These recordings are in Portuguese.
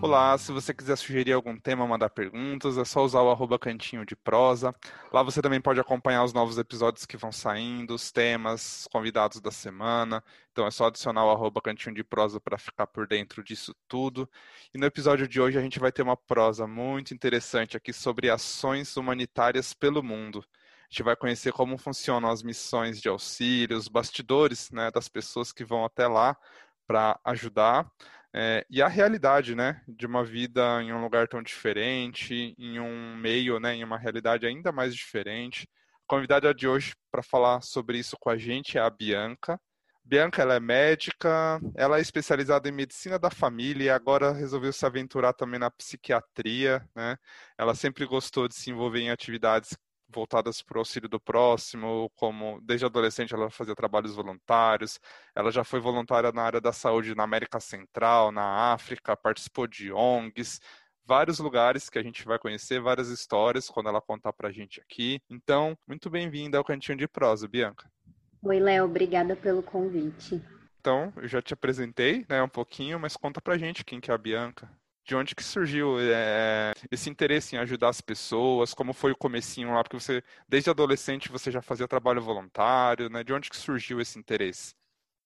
Olá, se você quiser sugerir algum tema, mandar perguntas, é só usar o @cantinho de prosa. Lá você também pode acompanhar os novos episódios que vão saindo, os temas, os convidados da semana. Então é só adicionar o @cantinho de prosa para ficar por dentro disso tudo. E no episódio de hoje a gente vai ter uma prosa muito interessante aqui sobre ações humanitárias pelo mundo. A gente vai conhecer como funcionam as missões de auxílio, os bastidores, né, das pessoas que vão até lá para ajudar. E a realidade, né, de uma vida em um lugar tão diferente, em um meio, né, em uma realidade ainda mais diferente. A convidada de hoje para falar sobre isso com a gente é a Bianca. Bianca, ela é médica, ela é especializada em medicina da família e agora resolveu se aventurar também na psiquiatria, né? Ela sempre gostou de se envolver em atividades voltadas para o auxílio do próximo, como desde adolescente ela fazia trabalhos voluntários, ela já foi voluntária na área da saúde na América Central, na África, participou de ONGs, vários lugares que a gente vai conhecer, várias histórias quando ela contar pra gente aqui. Então, muito bem-vinda ao Cantinho de Prosa, Bianca. Oi, Léo, obrigada pelo convite. Então, eu já te apresentei, né, um pouquinho, mas conta pra gente quem que é a Bianca. De onde que surgiu esse interesse em ajudar as pessoas? Como foi o comecinho lá? Porque você, desde adolescente, você já fazia trabalho voluntário, né? De onde que surgiu esse interesse?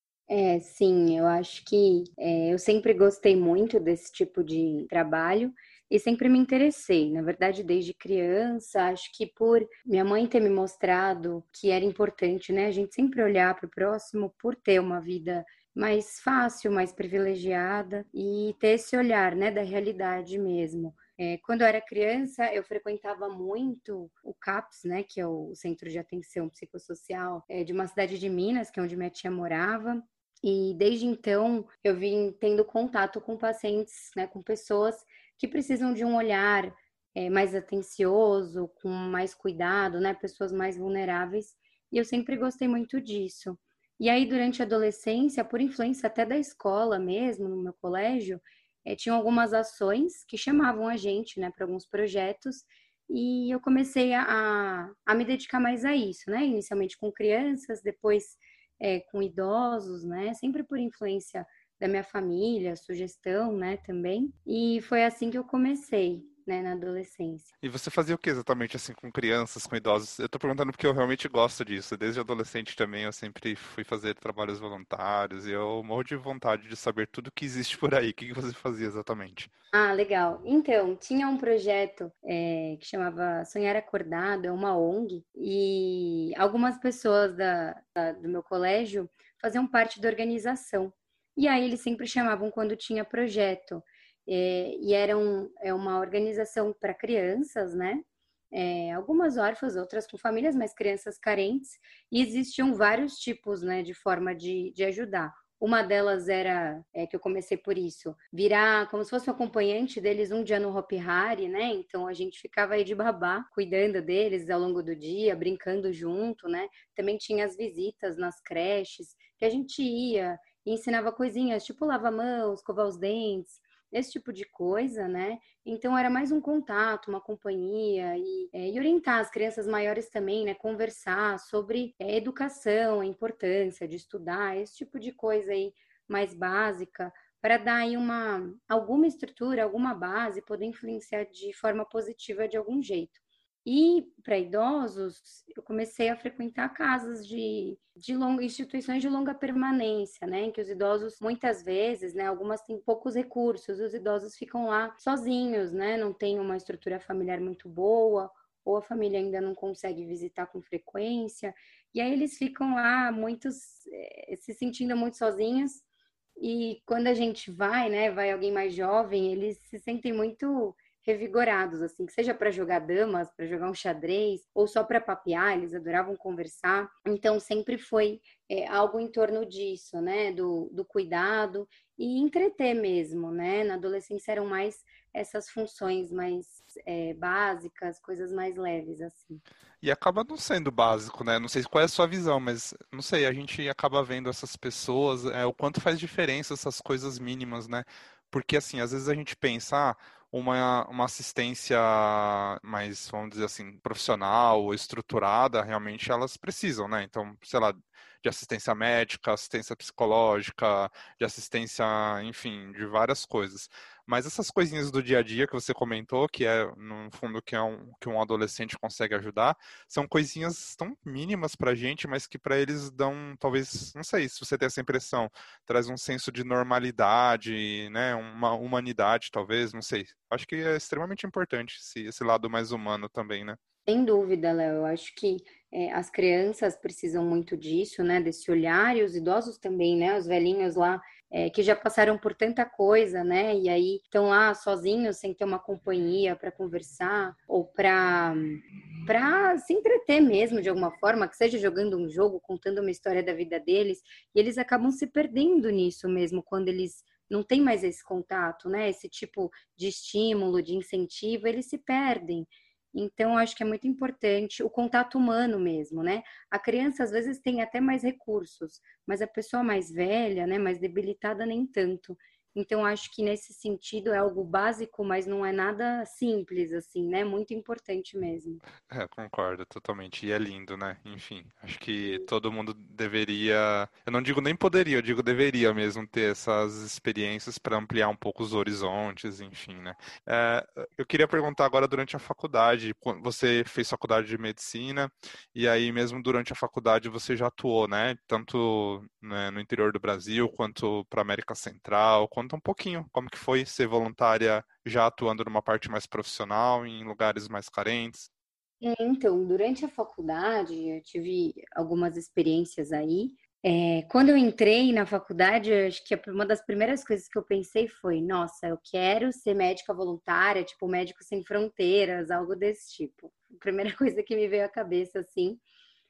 Sim, eu acho que eu sempre gostei muito desse tipo de trabalho e sempre me interessei. Na verdade, desde criança, acho que por minha mãe ter me mostrado que era importante, né, a gente sempre olhar para o próximo por ter uma vida mais fácil, mais privilegiada e ter esse olhar, né, da realidade mesmo. Quando eu era criança, eu frequentava muito o CAPS, né, que é o Centro de Atenção Psicossocial, de uma cidade de Minas, que é onde minha tia morava. E desde então eu vim tendo contato com pacientes, né, com pessoas que precisam de um olhar mais atencioso, com mais cuidado, né, pessoas mais vulneráveis. E eu sempre gostei muito disso. E aí, durante a adolescência, por influência até da escola mesmo, no meu colégio, tinham algumas ações que chamavam a gente, né, para alguns projetos. E eu comecei a me dedicar mais a isso, né? Inicialmente com crianças, depois com idosos, né? Sempre por influência da minha família, sugestão, né, também. E foi assim que eu comecei, né, na adolescência. E você fazia o que exatamente assim com crianças, com idosos? Eu tô perguntando porque eu realmente gosto disso. Desde adolescente também eu sempre fui fazer trabalhos voluntários e eu morro de vontade de saber tudo que existe por aí. O que que você fazia exatamente? Ah, legal. Então, tinha um projeto que chamava Sonhar Acordado, é uma ONG, e algumas pessoas do meu colégio faziam parte da organização. E aí eles sempre chamavam quando tinha projeto. E é uma organização para crianças, né? Algumas órfãs, outras com famílias, mas crianças carentes. E existiam vários tipos, né, de forma de ajudar. Uma delas era, que eu comecei por isso, virar como se fosse um acompanhante deles um dia no Hopi Hari, né? Então a gente ficava aí de babá, cuidando deles ao longo do dia, brincando junto, né? Também tinha as visitas nas creches, que a gente ia e ensinava coisinhas, tipo lavar a mão, escovar os dentes, esse tipo de coisa, né? Então era mais um contato, uma companhia e orientar as crianças maiores também, né? Conversar sobre educação, a importância de estudar, esse tipo de coisa aí mais básica, para dar aí alguma estrutura, alguma base, poder influenciar de forma positiva de algum jeito. E para idosos, eu comecei a frequentar casas instituições de longa permanência, né? Em que os idosos, muitas vezes, né? Algumas têm poucos recursos, os idosos ficam lá sozinhos, né? Não tem uma estrutura familiar muito boa, ou a família ainda não consegue visitar com frequência. E aí eles ficam lá, muitos se sentindo muito sozinhos. E quando a gente vai, né? Vai alguém mais jovem, eles se sentem muito revigorados, assim, que seja para jogar damas, para jogar um xadrez, ou só para papear, eles adoravam conversar. Então, sempre foi algo em torno disso, né? Do cuidado e entreter mesmo, né? Na adolescência eram mais essas funções mais básicas, coisas mais leves, assim. E acaba não sendo básico, né? Não sei qual é a sua visão, mas não sei, a gente acaba vendo essas pessoas, o quanto faz diferença essas coisas mínimas, né? Porque assim, às vezes a gente pensa, uma assistência mais, vamos dizer assim, profissional ou estruturada, realmente elas precisam, né? Então, sei lá, de assistência médica, assistência psicológica, de assistência, enfim, de várias coisas. Mas essas coisinhas do dia a dia que você comentou, que é, no fundo, que um adolescente consegue ajudar, são coisinhas tão mínimas pra gente, mas que para eles dão, talvez, não sei se você tem essa impressão, traz um senso de normalidade, né? Uma humanidade, talvez, não sei. Acho que é extremamente importante esse lado mais humano também, né? Sem dúvida, Léo. Eu acho que as crianças precisam muito disso, né? Desse olhar, e os idosos também, né? Os velhinhos lá que já passaram por tanta coisa, né? E aí estão lá sozinhos, sem ter uma companhia para conversar ou para se entreter mesmo de alguma forma, que seja jogando um jogo, contando uma história da vida deles, e eles acabam se perdendo nisso mesmo quando eles não têm mais esse contato, né? Esse tipo de estímulo, de incentivo, eles se perdem. Então, acho que é muito importante o contato humano mesmo, né? A criança às vezes tem até mais recursos, mas a pessoa mais velha, né, mais debilitada, nem tanto. Então, acho que nesse sentido é algo básico, mas não é nada simples, assim, né? Muito importante mesmo. É, concordo totalmente. E é lindo, né? Enfim, acho que todo mundo deveria. Eu não digo nem poderia, eu digo deveria mesmo ter essas experiências para ampliar um pouco os horizontes, enfim, né? É, eu queria perguntar agora durante a faculdade, quando você fez faculdade de medicina, e aí mesmo durante a faculdade você já atuou, né? Tanto, né, no interior do Brasil quanto para América Central. Conta um pouquinho como que foi ser voluntária já atuando numa parte mais profissional, em lugares mais carentes. Então, durante a faculdade, eu tive algumas experiências aí. Quando eu entrei na faculdade, eu acho que uma das primeiras coisas que eu pensei foi: nossa, eu quero ser médica voluntária, tipo Médicos Sem Fronteiras, algo desse tipo. A primeira coisa que me veio à cabeça, assim.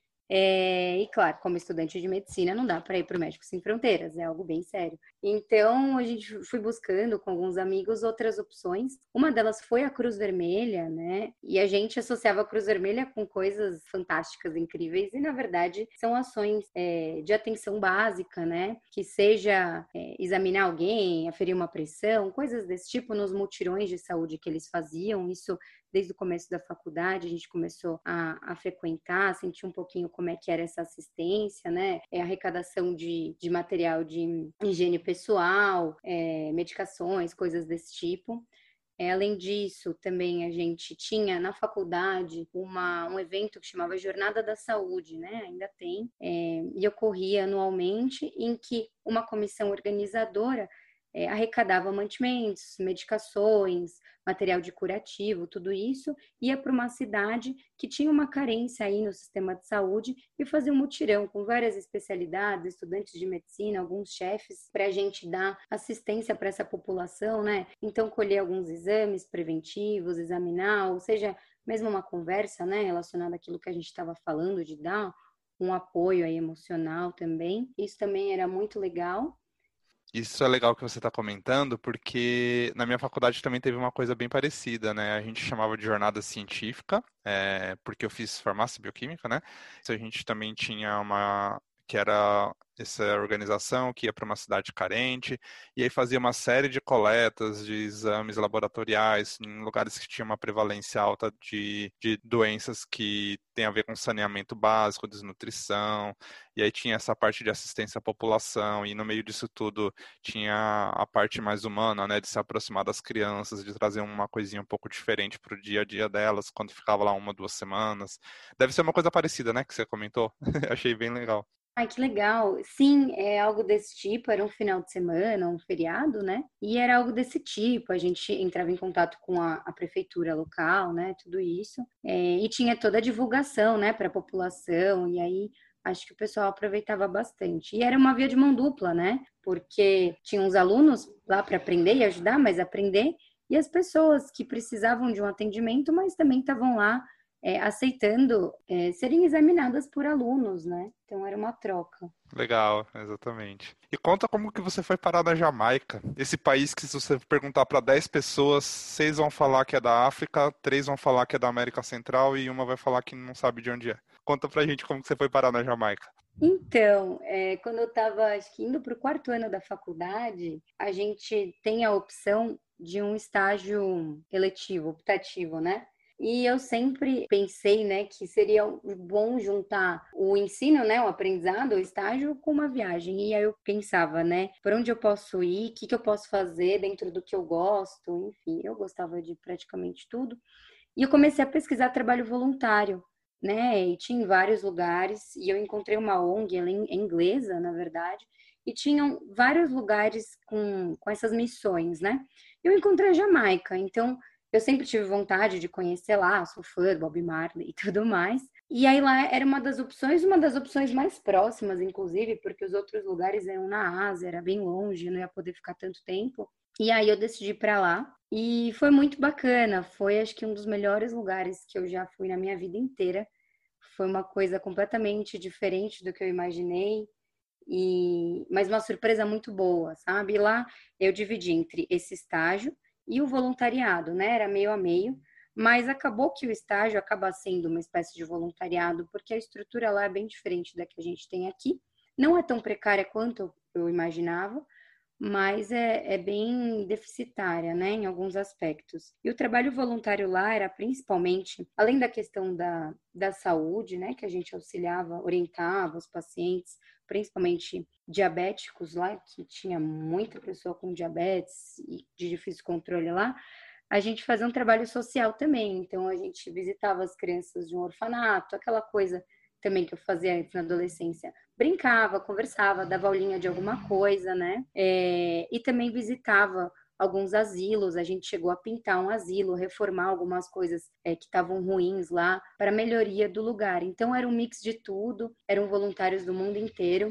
E claro, como estudante de medicina, não dá para ir para o Médicos Sem Fronteiras, é algo bem sério. Então, a gente foi buscando com alguns amigos outras opções. Uma delas foi a Cruz Vermelha, né? E a gente associava a Cruz Vermelha com coisas fantásticas, incríveis, e na verdade são ações de atenção básica, né? Que seja examinar alguém, aferir uma pressão, coisas desse tipo nos mutirões de saúde que eles faziam. Isso desde o começo da faculdade, a gente começou a frequentar, sentir um pouquinho como é que era essa assistência, né? Arrecadação de material de higiene pessoal, medicações, coisas desse tipo. Além disso, também a gente tinha na faculdade um evento que chamava Jornada da Saúde, né? Ainda tem, e ocorria anualmente, em que uma comissão organizadora arrecadava mantimentos, medicações, material de curativo, tudo isso, ia para uma cidade que tinha uma carência aí no sistema de saúde e fazia um mutirão com várias especialidades, estudantes de medicina, alguns chefes, para a gente dar assistência para essa população, né? Então, colher alguns exames preventivos, examinar, ou seja, mesmo uma conversa, né, relacionada àquilo que a gente estava falando, de dar um apoio aí emocional também. Isso também era muito legal. Isso é legal que você está comentando, porque na minha faculdade também teve uma coisa bem parecida, né? A gente chamava de jornada científica, porque eu fiz farmácia e bioquímica, né? Então a gente também tinha que era essa organização que ia para uma cidade carente, e aí fazia uma série de coletas de exames laboratoriais em lugares que tinham uma prevalência alta de doenças que têm a ver com saneamento básico, desnutrição, e aí tinha essa parte de assistência à população, e no meio disso tudo tinha a parte mais humana, né, de se aproximar das crianças, de trazer uma coisinha um pouco diferente para o dia a dia delas, quando ficava lá 1, 2 semanas. Deve ser uma coisa parecida, né, que você comentou. Achei bem legal. Ai, que legal. Sim, é algo desse tipo, era um final de semana, um feriado, né? E era algo desse tipo, a gente entrava em contato com a prefeitura local, né? Tudo isso. E tinha toda a divulgação, né, para a população, e aí acho que o pessoal aproveitava bastante. E era uma via de mão dupla, né? Porque tinha uns alunos lá para aprender e ajudar, mas aprender, e as pessoas que precisavam de um atendimento, mas também estavam lá aceitando serem examinadas por alunos, né? Então era uma troca. Legal, exatamente. E conta como que você foi parar na Jamaica. Esse país que se você perguntar para 10 pessoas, 6 vão falar que é da África, 3 vão falar que é da América Central e uma vai falar que não sabe de onde é. Conta pra gente como que você foi parar na Jamaica. Então, quando eu estava, acho que indo para o quarto ano da faculdade, a gente tem a opção de um estágio eletivo, optativo, né? E eu sempre pensei, né, que seria bom juntar o ensino, né, o aprendizado, o estágio com uma viagem. E aí eu pensava, né, por onde eu posso ir, o que que eu posso fazer dentro do que eu gosto, enfim, eu gostava de praticamente tudo. E eu comecei a pesquisar trabalho voluntário, né, e tinha em vários lugares, e eu encontrei uma ONG, ela é inglesa, na verdade, e tinham vários lugares com essas missões, né? Eu encontrei a Jamaica, então eu sempre tive vontade de conhecer lá, sou fã do Bob Marley e tudo mais. E aí lá era uma das opções mais próximas, inclusive, porque os outros lugares eram na Ásia, era bem longe, eu não ia poder ficar tanto tempo. E aí eu decidi ir para lá e foi muito bacana. Foi, acho que, um dos melhores lugares que eu já fui na minha vida inteira. Foi uma coisa completamente diferente do que eu imaginei mas uma surpresa muito boa, sabe? E lá eu dividi entre esse estágio e o voluntariado, né? Era meio a meio, mas acabou que o estágio acaba sendo uma espécie de voluntariado, porque a estrutura lá é bem diferente da que a gente tem aqui. Não é tão precária quanto eu imaginava, mas é bem deficitária, né, em alguns aspectos. E o trabalho voluntário lá era principalmente, além da questão da saúde, né, que a gente auxiliava, orientava os pacientes, principalmente diabéticos lá, que tinha muita pessoa com diabetes e de difícil controle lá, a gente fazia um trabalho social também. Então, a gente visitava as crianças de um orfanato, aquela coisa também que eu fazia antes na adolescência. Brincava, conversava, dava aulinha de alguma coisa, né? E também visitava alguns asilos. A gente chegou a pintar um asilo, reformar algumas coisas que estavam ruins lá para melhoria do lugar. Então, era um mix de tudo. Eram voluntários do mundo inteiro.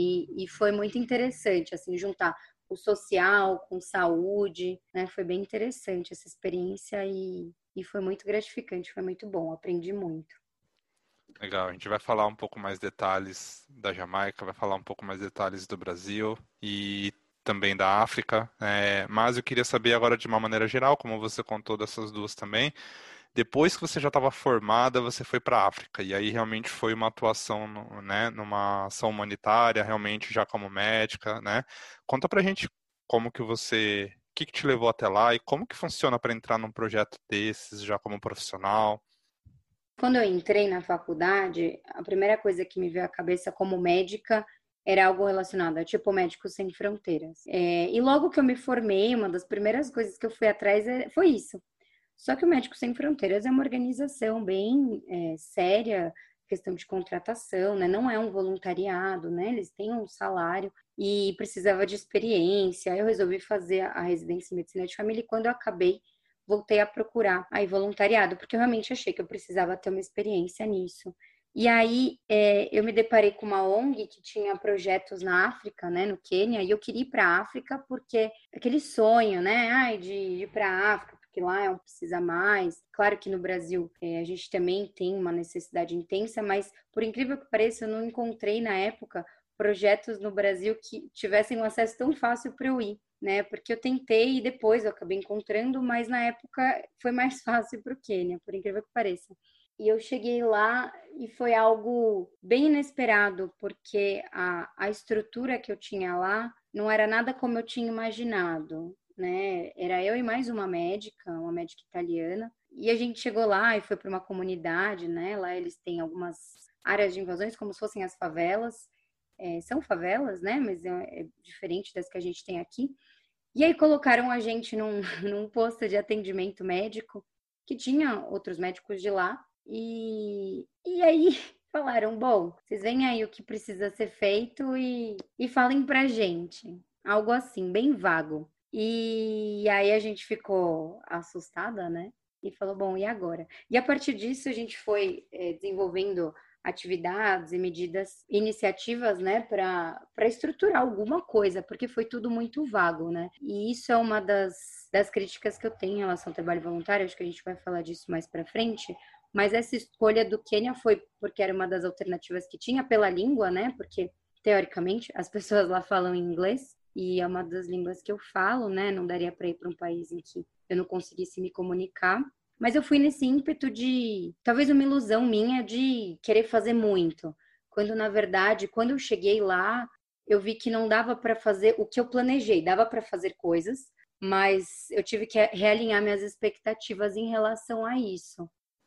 E foi muito interessante, assim, juntar o social com saúde, né? Foi bem interessante essa experiência e foi muito gratificante, foi muito bom, aprendi muito. Legal, a gente vai falar um pouco mais detalhes da Jamaica, vai falar um pouco mais detalhes do Brasil e também da África, mas eu queria saber agora de uma maneira geral, como você contou dessas duas também, depois que você já estava formada, você foi para a África, e aí realmente foi uma atuação, né, numa ação humanitária, realmente já como médica, né? Conta pra gente como que você, o que que te levou até lá e como que funciona para entrar num projeto desses já como profissional. Quando eu entrei na faculdade, a primeira coisa que me veio à cabeça como médica era algo relacionado a tipo Médicos Sem Fronteiras. E logo que eu me formei, uma das primeiras coisas que eu fui atrás foi isso. Só que o Médicos Sem Fronteiras é uma organização bem séria, questão de contratação, né? Não é um voluntariado, né? Eles têm um salário e precisava de experiência. Eu resolvi fazer a residência em medicina de família e quando eu acabei voltei a procurar aí voluntariado, porque eu realmente achei que eu precisava ter uma experiência nisso. E aí eu me deparei com uma ONG que tinha projetos na África, né, no Quênia, e eu queria ir para a África porque aquele sonho, né, de ir para a África, porque lá é um precisa mais. Claro que no Brasil a gente também tem uma necessidade intensa, mas por incrível que pareça, eu não encontrei na época projetos no Brasil que tivessem um acesso tão fácil para eu ir, né? Porque eu tentei e depois eu acabei encontrando, mas na época foi mais fácil para o Quênia, por incrível que pareça. E eu cheguei lá e foi algo bem inesperado, porque a estrutura que eu tinha lá não era nada como eu tinha imaginado, né? Era eu e mais uma médica italiana, e a gente chegou lá e foi para uma comunidade, né? Lá eles têm algumas áreas de invasões, como se fossem as favelas. São favelas, né? Mas é diferente das que a gente tem aqui. E aí colocaram a gente num posto de atendimento médico, que tinha outros médicos de lá. E aí falaram, bom, vocês veem aí o que precisa ser feito e falem pra gente. Algo assim, bem vago. E aí a gente ficou assustada, né? E falou, bom, e agora? E a partir disso a gente foi desenvolvendo atividades e medidas, iniciativas, né, para estruturar alguma coisa, porque foi tudo muito vago, né? E isso é uma das críticas que eu tenho em relação ao trabalho voluntário, acho que a gente vai falar disso mais para frente, mas essa escolha do Quênia foi porque era uma das alternativas que tinha pela língua, né? Porque teoricamente as pessoas lá falam inglês e é uma das línguas que eu falo, né? Não daria para ir para um país em que eu não conseguisse me comunicar. Mas eu fui nesse ímpeto de, talvez uma ilusão minha de querer fazer muito. Quando, na verdade, quando eu cheguei lá, eu vi que não dava para fazer o que eu planejei. Dava para fazer coisas, mas eu tive que realinhar minhas expectativas em relação a isso.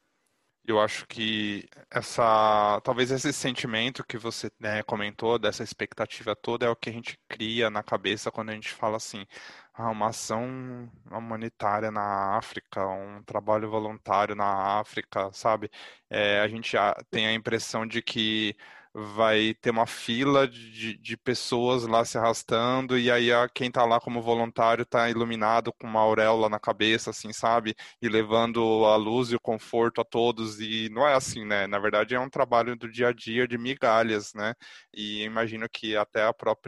Eu acho que talvez esse sentimento que você, né, comentou, dessa expectativa toda, é o que a gente cria na cabeça quando a gente fala assim, uma ação humanitária na África, um trabalho voluntário na África, sabe? A gente tem a impressão de que vai ter uma fila de pessoas lá se arrastando, e aí quem tá lá como voluntário tá iluminado com uma auréola na cabeça, assim, sabe? E levando a luz e o conforto a todos, e não é assim, né? Na verdade é um trabalho do dia a dia de migalhas, né? E imagino que até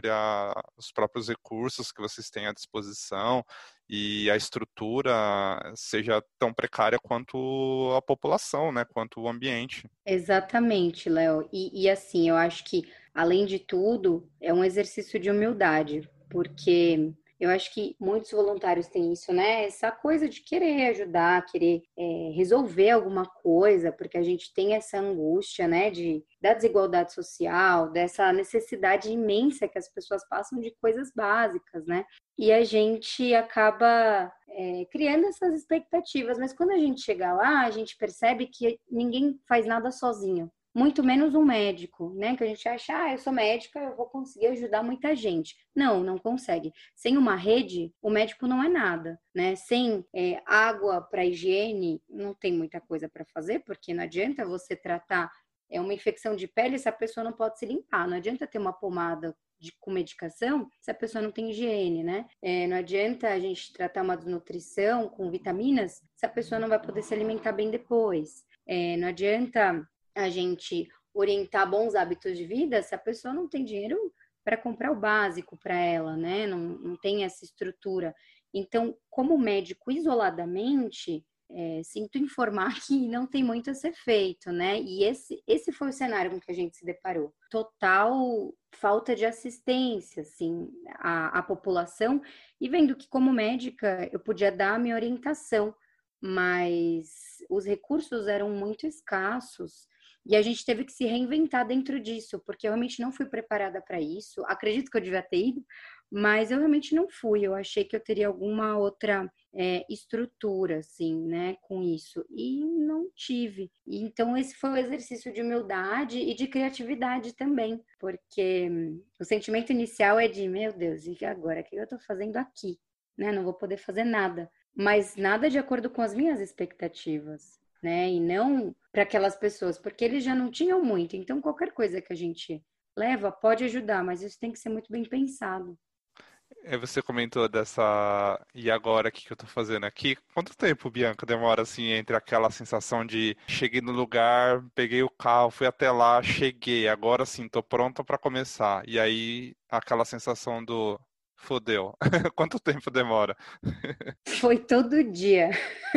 os próprios recursos que vocês têm à disposição e a estrutura seja tão precária quanto a população, né? Quanto o ambiente. Exatamente, Léo. E assim, eu acho que, além de tudo, é um exercício de humildade, porque eu acho que muitos voluntários têm isso, né? Essa coisa de querer ajudar, querer resolver alguma coisa, porque a gente tem essa angústia, né, da desigualdade social, dessa necessidade imensa que as pessoas passam de coisas básicas, né? E a gente acaba criando essas expectativas, mas quando a gente chega lá, a gente percebe que ninguém faz nada sozinho, muito menos um médico, né? Que a gente acha, eu sou médica, eu vou conseguir ajudar muita gente. Não, não consegue. Sem uma rede, o médico não é nada, né? Sem água para higiene, não tem muita coisa para fazer, porque não adianta você tratar uma infecção de pele se a pessoa não pode se limpar. Não adianta ter uma pomada com medicação se a pessoa não tem higiene, né? Não adianta a gente tratar uma desnutrição com vitaminas se a pessoa não vai poder se alimentar bem depois. Não adianta a gente orientar bons hábitos de vida se a pessoa não tem dinheiro para comprar o básico para ela, né? Não tem essa estrutura. Então, como médico isoladamente, sinto informar que não tem muito a ser feito, né? E esse foi o cenário com que a gente se deparou. Total falta de assistência, assim, à população, e vendo que, como médica, eu podia dar a minha orientação, mas os recursos eram muito escassos. E a gente teve que se reinventar dentro disso, porque eu realmente não fui preparada para isso. Acredito que eu devia ter ido, mas eu realmente não fui. Eu achei que eu teria alguma outra estrutura, assim, né, com isso. E não tive. E, então, esse foi o exercício de humildade e de criatividade também, porque o sentimento inicial é de, meu Deus, e agora? O que eu estou fazendo aqui? Né? Não vou poder fazer nada. Mas nada de acordo com as minhas expectativas, né? E não para aquelas pessoas, porque eles já não tinham muito. Então, qualquer coisa que a gente leva pode ajudar, mas isso tem que ser muito bem pensado. Você comentou dessa. E agora, o que que eu tô fazendo aqui? Quanto tempo, Bianca, demora assim entre aquela sensação de cheguei no lugar, peguei o carro, fui até lá, cheguei, agora sim, tô pronta para começar. E aí, aquela sensação do fodeu. Quanto tempo demora? Foi todo dia.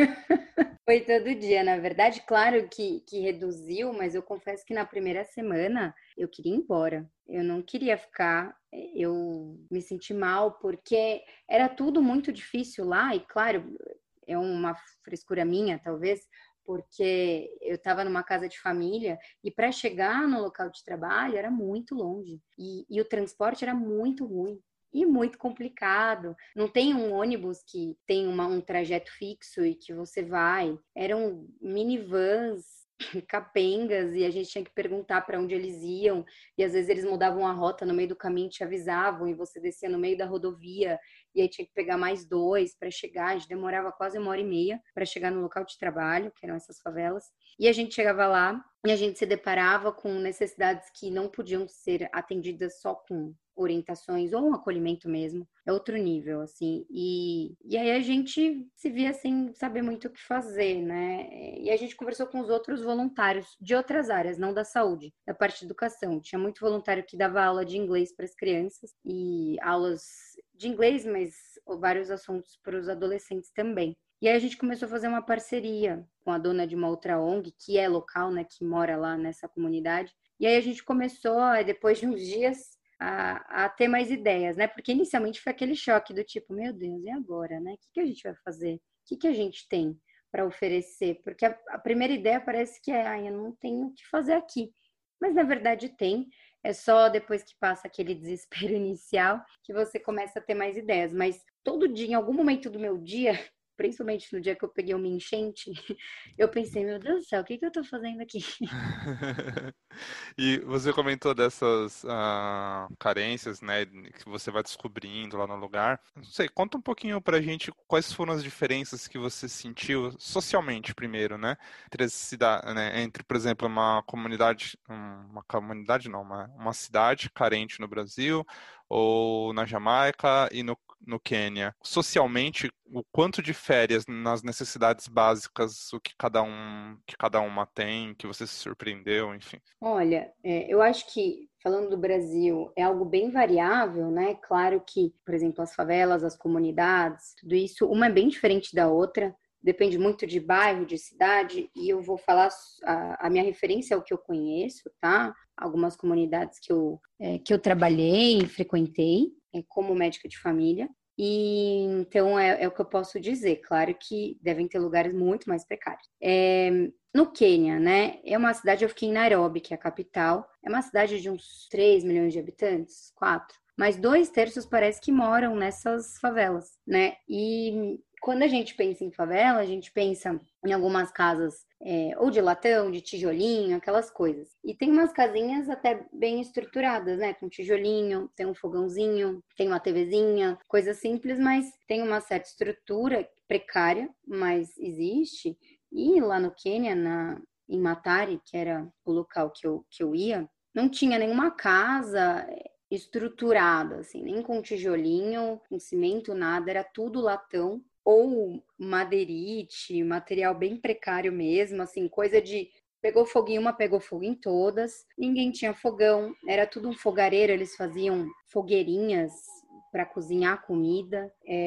Foi todo dia, na verdade, claro que reduziu, mas eu confesso que na primeira semana eu queria ir embora. Eu não queria ficar, eu me senti mal porque era tudo muito difícil lá, e claro, é uma frescura minha, talvez, porque eu estava numa casa de família e para chegar no local de trabalho era muito longe e o transporte era muito ruim e muito complicado. Não tem um ônibus que tem um trajeto fixo e que você vai. Eram minivans capengas e a gente tinha que perguntar para onde eles iam e às vezes eles mudavam a rota no meio do caminho, te avisavam e você descia no meio da rodovia e aí tinha que pegar mais dois para chegar. A gente demorava quase 1h30 para chegar no local de trabalho, que eram essas favelas. E a gente chegava lá e a gente se deparava com necessidades que não podiam ser atendidas só com orientações ou um acolhimento mesmo, é outro nível, assim, e aí a gente se via sem saber muito o que fazer, né, e a gente conversou com os outros voluntários de outras áreas, não da saúde, da parte de educação, tinha muito voluntário que dava aula de inglês para as crianças e aulas de inglês, mas vários assuntos para os adolescentes também. E aí a gente começou a fazer uma parceria com a dona de uma outra ONG, que é local, né, que mora lá nessa comunidade. E aí a gente começou, depois de uns dias, a ter mais ideias, né? Porque inicialmente foi aquele choque do tipo, meu Deus, e agora, né? O que a gente vai fazer? O que a gente tem para oferecer? Porque a primeira ideia parece que eu não tenho o que fazer aqui. Mas na verdade tem. É só depois que passa aquele desespero inicial que você começa a ter mais ideias. Mas todo dia, em algum momento do meu dia, principalmente no dia que eu peguei uma enchente, eu pensei, meu Deus do céu, o que que eu tô fazendo aqui? E você comentou dessas carências, né, que você vai descobrindo lá no lugar. Não sei, conta um pouquinho pra gente quais foram as diferenças que você sentiu socialmente primeiro, né, entre, por exemplo, uma comunidade não, uma cidade carente no Brasil ou na Jamaica e no Quênia. Socialmente, o quanto difere nas necessidades básicas, o que cada uma tem, que você se surpreendeu, enfim. Olha, eu acho que, falando do Brasil, é algo bem variável, né? Claro que, por exemplo, as favelas, as comunidades, tudo isso, uma é bem diferente da outra, depende muito de bairro, de cidade, e eu vou falar, a minha referência é o que eu conheço, tá? Algumas comunidades que eu trabalhei e frequentei, como médica de família. E então é o que eu posso dizer. Claro que devem ter lugares muito mais precários. No Quênia, né? É uma cidade, eu fiquei em Nairobi, que é a capital. É uma cidade de uns 3 milhões de habitantes, 4. Mas 2 terços parece que moram nessas favelas, né? E quando a gente pensa em favela, a gente pensa em algumas casas ou de latão, de tijolinho, aquelas coisas. E tem umas casinhas até bem estruturadas, né? Com tijolinho, tem um fogãozinho, tem uma TVzinha, coisa simples, mas tem uma certa estrutura precária, mas existe. E lá no Quênia, em Matare, que era o local que eu ia, não tinha nenhuma casa estruturada, assim, nem com tijolinho, com cimento, nada, era tudo latão ou madeirite, material bem precário mesmo, assim, coisa de pegou fogo em uma, pegou fogo em todas. Ninguém tinha fogão, era tudo um fogareiro, eles faziam fogueirinhas para cozinhar comida.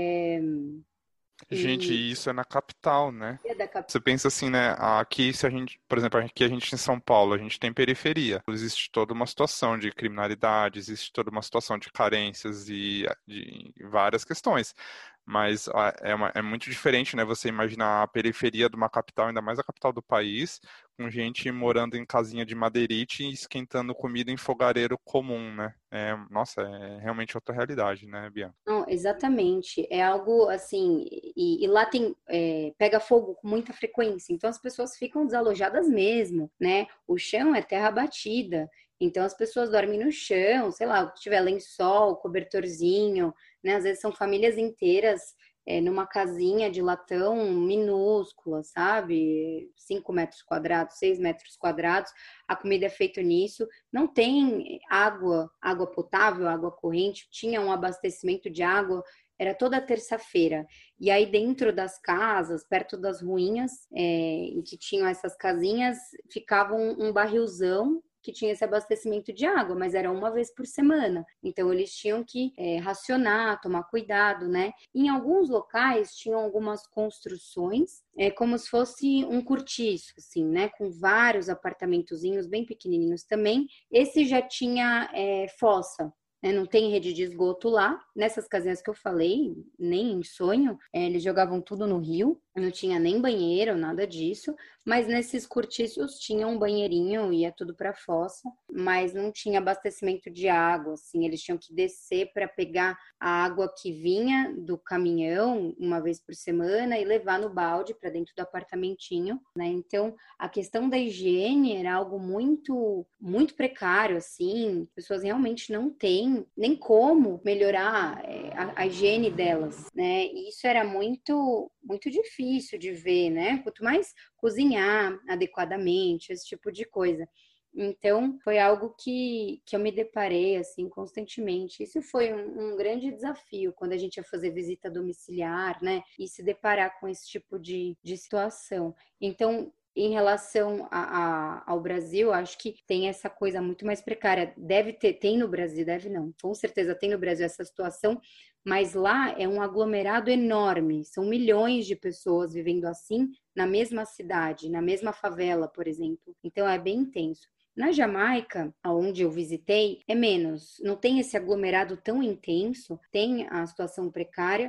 Gente, E isso é na capital, né? é da capital. Você pensa assim, né? Aqui, se a gente, por exemplo, aqui a gente em São Paulo, a gente tem periferia. Existe toda uma situação de criminalidade, existe toda uma situação de carências e de várias questões. Mas é muito diferente, né? Você imaginar a periferia de uma capital, ainda mais a capital do país, com gente morando em casinha de madeirite e esquentando comida em fogareiro comum, né? Nossa, é realmente outra realidade, né, Bia? Não, exatamente. É algo assim, e lá pega fogo com muita frequência, então as pessoas ficam desalojadas mesmo, né? O chão é terra batida, então as pessoas dormem no chão, sei lá, se tiver lençol, cobertorzinho, né? Às vezes são famílias inteiras numa casinha de latão minúscula, sabe? 5 metros quadrados, 6 metros quadrados, a comida é feita nisso. Não tem água potável, água corrente, tinha um abastecimento de água, era toda terça-feira. E aí dentro das casas, perto das ruínas, em que tinham essas casinhas, ficava um barrilzão que tinha esse abastecimento de água, mas era uma vez por semana. Então eles tinham que racionar, tomar cuidado, né? Em alguns locais tinham algumas construções, como se fosse um cortiço, assim, né? Com vários apartamentozinhos bem pequenininhos também. Esse já tinha fossa, né? Não tem rede de esgoto lá. Nessas casinhas que eu falei, nem em sonho, eles jogavam tudo no rio. Não tinha nem banheiro, nada disso. Mas nesses cortiços tinha um banheirinho, ia tudo para fossa, mas não tinha abastecimento de água, assim, eles tinham que descer para pegar a água que vinha do caminhão uma vez por semana e levar no balde para dentro do apartamentinho, né? Então, a questão da higiene era algo muito muito precário, assim, as pessoas realmente não têm nem como melhorar a higiene delas, né? E isso era muito muito difícil de ver, né? Quanto mais cozinhar adequadamente, esse tipo de coisa. Então, foi algo que eu me deparei, assim, constantemente. Isso foi um grande desafio quando a gente ia fazer visita domiciliar, né? E se deparar com esse tipo de situação. Então, em relação ao Brasil, acho que tem essa coisa muito mais precária. Deve ter, tem no Brasil, deve não, com certeza tem no Brasil essa situação, mas lá é um aglomerado enorme, são milhões de pessoas vivendo assim na mesma cidade, na mesma favela, por exemplo. Então é bem intenso. Na Jamaica, onde eu visitei, é menos. Não tem esse aglomerado tão intenso, tem a situação precária,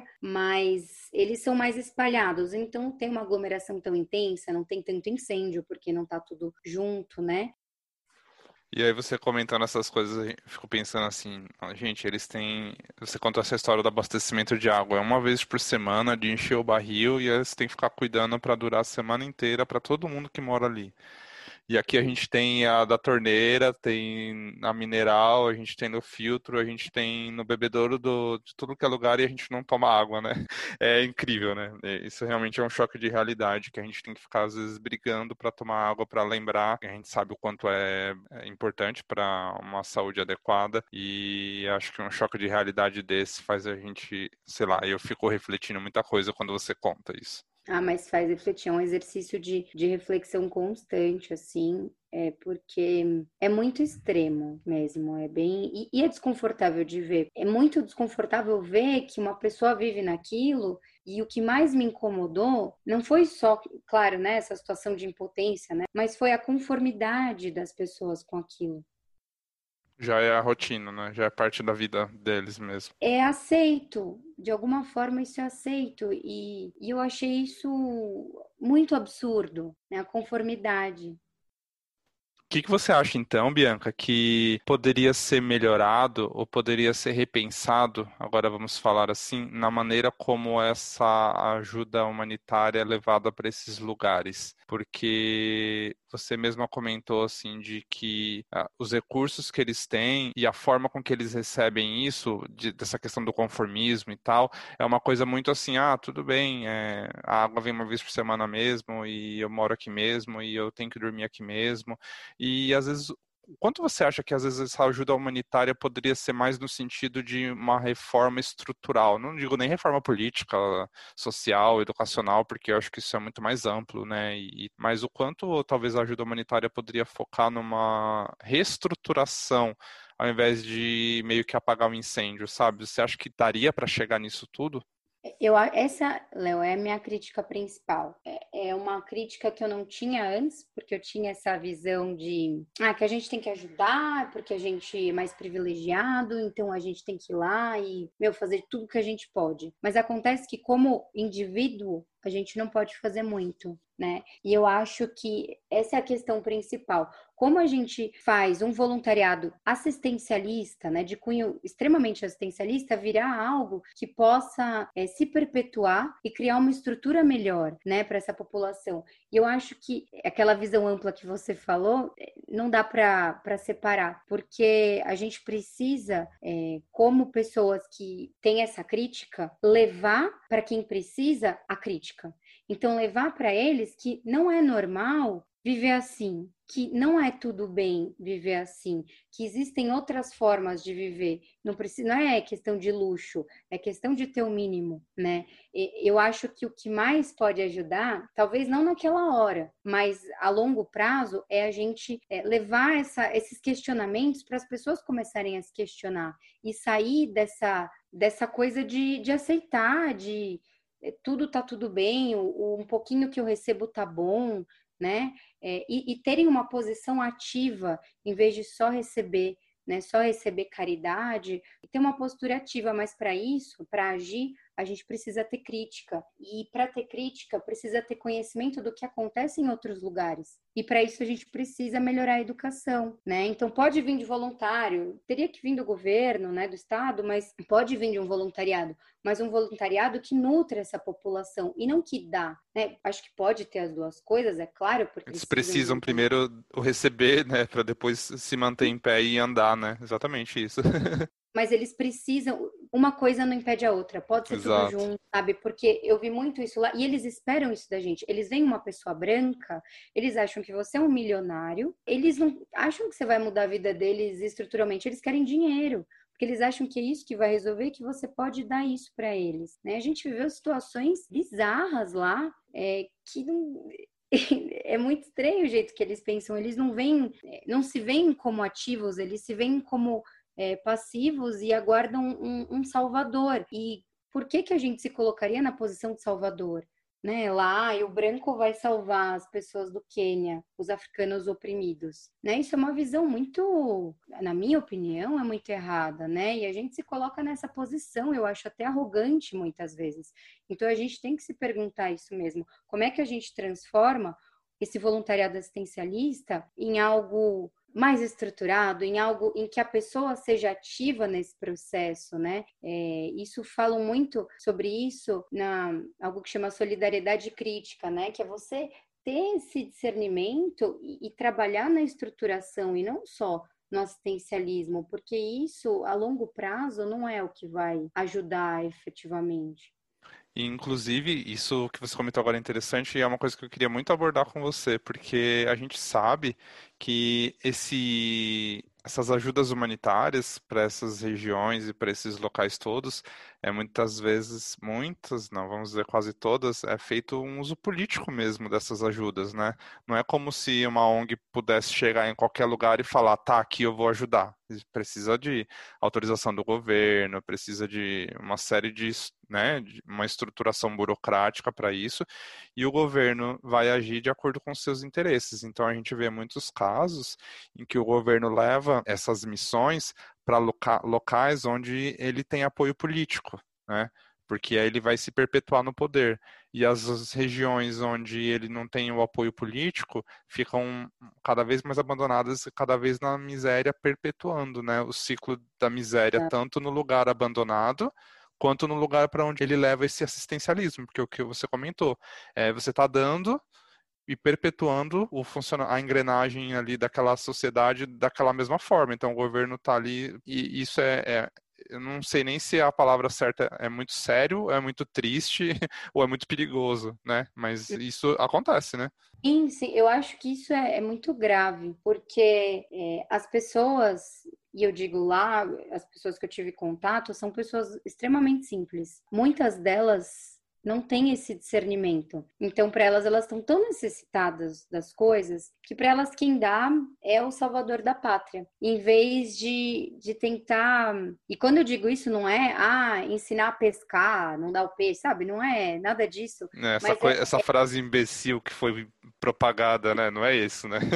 mas eles são mais espalhados. Então, não tem uma aglomeração tão intensa, não tem tanto incêndio, porque não está tudo junto, né? E aí você comentando essas coisas, eu fico pensando assim, ó, gente, eles têm. Você contou essa história do abastecimento de água. É uma vez por semana de encher o barril e aí você tem que ficar cuidando para durar a semana inteira para todo mundo que mora ali. E aqui a gente tem a da torneira, tem a mineral, a gente tem no filtro, a gente tem no bebedouro de tudo que é lugar e a gente não toma água, né? É incrível, né? Isso realmente é um choque de realidade, que a gente tem que ficar às vezes brigando para tomar água, para lembrar, que a gente sabe o quanto é importante para uma saúde adequada e acho que um choque de realidade desse faz a gente, sei lá, eu fico refletindo muita coisa quando você conta isso. Ah, mas faz refletir, é um exercício de reflexão constante, assim, porque é muito extremo mesmo, é bem. E é desconfortável de ver. É muito desconfortável ver que uma pessoa vive naquilo, e o que mais me incomodou não foi só, claro, né, essa situação de impotência, né, mas foi a conformidade das pessoas com aquilo. Já é a rotina, né? Já é parte da vida deles mesmo. É aceito, de alguma forma isso é aceito, e eu achei isso muito absurdo, né, a conformidade. O que que você acha então, Bianca, que poderia ser melhorado ou poderia ser repensado, agora vamos falar assim, na maneira como essa ajuda humanitária é levada para esses lugares? Porque você mesma comentou assim de que os recursos que eles têm e a forma com que eles recebem isso, dessa questão do conformismo e tal, é uma coisa muito assim, tudo bem, a água vem uma vez por semana mesmo e eu moro aqui mesmo e eu tenho que dormir aqui mesmo. E às vezes, quanto você acha que às vezes essa ajuda humanitária poderia ser mais no sentido de uma reforma estrutural? Não digo nem reforma política, social, educacional, porque eu acho que isso é muito mais amplo, né? Mas o quanto talvez a ajuda humanitária poderia focar numa reestruturação ao invés de meio que apagar o incêndio, sabe? Você acha que daria para chegar nisso tudo? Essa, Léo, é a minha crítica principal. É uma crítica que eu não tinha antes, porque eu tinha essa visão de que a gente tem que ajudar, porque a gente é mais privilegiado, então a gente tem que ir lá e, fazer tudo que a gente pode. Mas acontece que, como indivíduo, a gente não pode fazer muito, né? E eu acho que essa é a questão principal. Como a gente faz um voluntariado assistencialista, né, de cunho extremamente assistencialista, virar algo que possa se perpetuar e criar uma estrutura melhor, né, para essa população. E eu acho que aquela visão ampla que você falou, não dá para separar, porque a gente precisa, como pessoas que têm essa crítica, levar para quem precisa a crítica. Então, levar para eles que não é normal viver assim, que não é tudo bem viver assim, que existem outras formas de viver. Não precisa, não é questão de luxo, é questão de ter o mínimo, né? Eu acho que o que mais pode ajudar, talvez não naquela hora, mas a longo prazo, é a gente levar esses questionamentos para as pessoas começarem a se questionar e sair dessa coisa de aceitar, de tudo tá tudo bem, um pouquinho que eu recebo tá bom, né? E terem uma posição ativa em vez de só receber, né? Só receber caridade, e ter uma postura ativa, mas para isso, para agir, a gente precisa ter crítica. E para ter crítica, precisa ter conhecimento do que acontece em outros lugares. E para isso a gente precisa melhorar a educação, né? Então pode vir de voluntário, teria que vir do governo, né, do estado, mas pode vir de um voluntariado, mas um voluntariado que nutre essa população e não que dá, né? Acho que pode ter as duas coisas, é claro, porque Eles eles precisam de precisam um bom. primeiro o receber, né, para depois se manter em pé e andar, né? Exatamente isso. Mas eles precisam, uma coisa não impede a outra, pode ser tudo Exato. junto, sabe? Porque eu vi muito isso lá, e eles esperam isso da gente. Eles veem uma pessoa branca, eles acham que você é um milionário, eles não acham que você vai mudar a vida deles estruturalmente, eles querem dinheiro. Porque eles acham que é isso que vai resolver, que você pode dar isso para eles, né? A gente viveu situações bizarras lá, que não, é muito estranho o jeito que eles pensam. Eles não veem, não se veem como ativos, eles se veem como passivos e aguardam um salvador. E por que a gente se colocaria na posição de salvador? Né? Lá, e o branco vai salvar as pessoas do Quênia, os africanos oprimidos. Né? Isso é uma visão muito, na minha opinião, é muito errada, né? E a gente se coloca nessa posição, eu acho até arrogante muitas vezes. Então a gente tem que se perguntar isso mesmo. Como é que a gente transforma esse voluntariado assistencialista em algo mais estruturado, em algo em que a pessoa seja ativa nesse processo, né? Isso falam muito sobre isso algo que chama solidariedade crítica, né? Que é você ter esse discernimento e trabalhar na estruturação e não só no assistencialismo, porque isso a longo prazo não é o que vai ajudar efetivamente. E, inclusive, isso que você comentou agora é interessante e é uma coisa que eu queria muito abordar com você, porque a gente sabe que essas ajudas humanitárias para essas regiões e para esses locais todos, muitas, não, vamos dizer quase todas, é feito um uso político mesmo dessas ajudas, né? Não é como se uma ONG pudesse chegar em qualquer lugar e falar, tá, aqui eu vou ajudar. Precisa de autorização do governo, precisa de uma série de uma estruturação burocrática para isso, e o governo vai agir de acordo com seus interesses. Então a gente vê muitos casos em que o governo leva essas missões para locais onde ele tem apoio político, né? Porque aí ele vai se perpetuar no poder. E as regiões onde ele não tem o apoio político ficam cada vez mais abandonadas, cada vez na miséria, perpetuando, né, o ciclo da miséria, tanto no lugar abandonado, quanto no lugar para onde ele leva esse assistencialismo, porque o que você comentou, você está dando e perpetuando a engrenagem ali daquela sociedade daquela mesma forma. Então o governo está ali e isso eu não sei nem se a palavra certa é muito sério, é muito triste ou é muito perigoso, né? Mas isso acontece, né? Sim, sim, eu acho que isso é muito grave, porque as pessoas, e eu digo lá, as pessoas que eu tive contato, são pessoas extremamente simples. Muitas delas não têm esse discernimento. Então, para elas estão tão necessitadas das coisas que para elas quem dá é o salvador da pátria, em vez de tentar. E quando eu digo isso, não é ensinar a pescar, não dar o peixe, sabe? Não é nada disso. Mas Essa frase imbecil que foi propagada, né? Não é isso, né?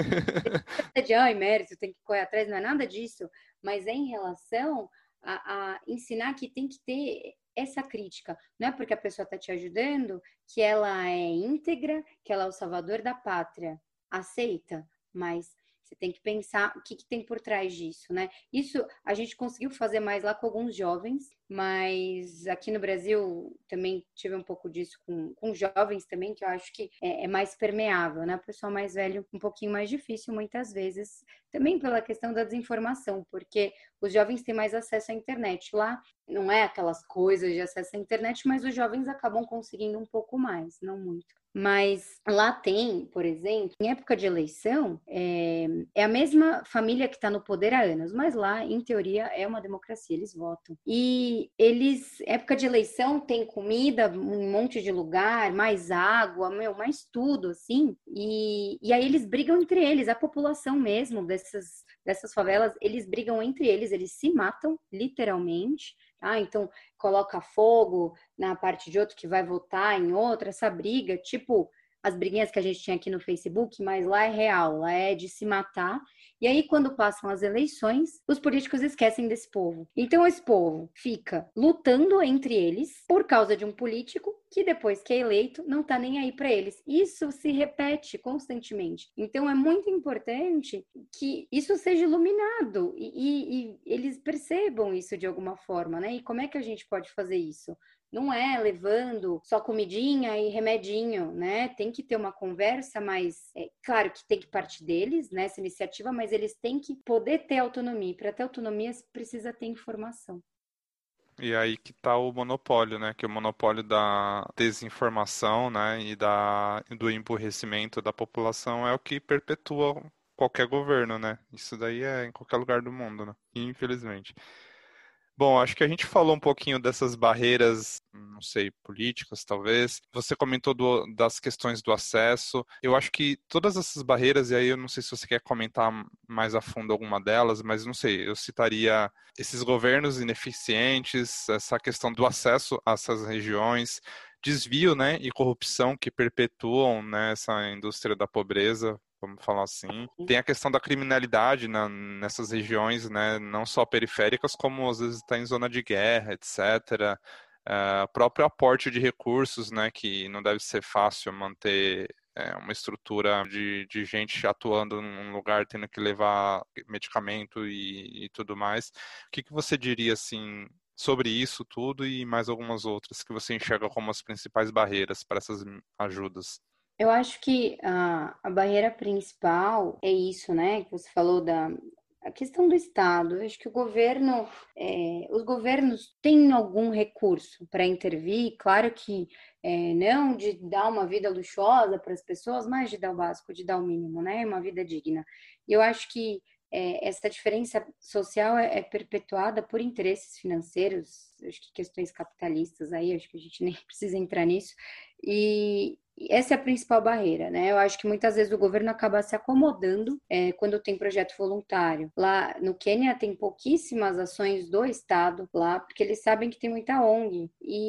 de mérito, tem que correr atrás, não é nada disso, mas é em relação a ensinar que tem que ter essa crítica. Não é porque a pessoa está te ajudando que ela é íntegra, que ela é o salvador da pátria. Aceita, mas você tem que pensar o que tem por trás disso, né? Isso a gente conseguiu fazer mais lá com alguns jovens, mas aqui no Brasil também tive um pouco disso com jovens também, que eu acho que é mais permeável, né? O pessoal mais velho, um pouquinho mais difícil muitas vezes, também pela questão da desinformação, porque os jovens têm mais acesso à internet. Lá não é aquelas coisas de acesso à internet, mas os jovens acabam conseguindo um pouco mais, não muito. Mas lá tem, por exemplo, em época de eleição, é a mesma família que está no poder há anos, mas lá, em teoria, é uma democracia, eles votam. E eles, época de eleição, tem comida, um monte de lugar, mais água, mais tudo, assim. E aí eles brigam entre eles, a população mesmo dessas favelas, eles brigam entre eles se matam, literalmente. Então coloca fogo na parte de outro que vai votar em outra, essa briga, tipo as briguinhas que a gente tinha aqui no Facebook, mas lá é real, lá é de se matar. E aí, quando passam as eleições, os políticos esquecem desse povo. Então, esse povo fica lutando entre eles por causa de um político que, depois que é eleito, não tá nem aí para eles. Isso se repete constantemente. Então, é muito importante que isso seja iluminado e eles percebam isso de alguma forma, né? E como é que a gente pode fazer isso? Não é levando só comidinha e remedinho, né? Tem que ter uma conversa, mas claro que tem que partir deles, né? Essa iniciativa, mas eles têm que poder ter autonomia. Para ter autonomia, precisa ter informação. E aí que está o monopólio, né? Que é o monopólio da desinformação, né? Do emburrecimento da população é o que perpetua qualquer governo, né? Isso daí é em qualquer lugar do mundo, né? Infelizmente. Bom, acho que a gente falou um pouquinho dessas barreiras, não sei, políticas, talvez. Você comentou das questões do acesso. Eu acho que todas essas barreiras, e aí eu não sei se você quer comentar mais a fundo alguma delas, mas não sei, eu citaria esses governos ineficientes, essa questão do acesso a essas regiões, desvio, né, e corrupção que perpetuam, né, essa indústria da pobreza, vamos falar assim. Tem a questão da criminalidade nessas regiões, né, não só periféricas, como às vezes está em zona de guerra, etc. Próprio aporte de recursos, né, que não deve ser fácil manter uma estrutura de gente atuando num lugar, tendo que levar medicamento e tudo mais. O que você diria, assim, sobre isso tudo e mais algumas outras que você enxerga como as principais barreiras para essas ajudas? Eu acho que a barreira principal é isso, né? Que você falou da a questão do Estado. Eu acho que os governos têm algum recurso para intervir. Claro que não de dar uma vida luxuosa para as pessoas, mas de dar o básico, de dar o mínimo, né? Uma vida digna. E eu acho que essa diferença social é perpetuada por interesses financeiros, acho que questões capitalistas aí, acho que a gente nem precisa entrar nisso. E essa é a principal barreira, né? Eu acho que muitas vezes o governo acaba se acomodando quando tem projeto voluntário. Lá no Quênia tem pouquíssimas ações do Estado lá, porque eles sabem que tem muita ONG.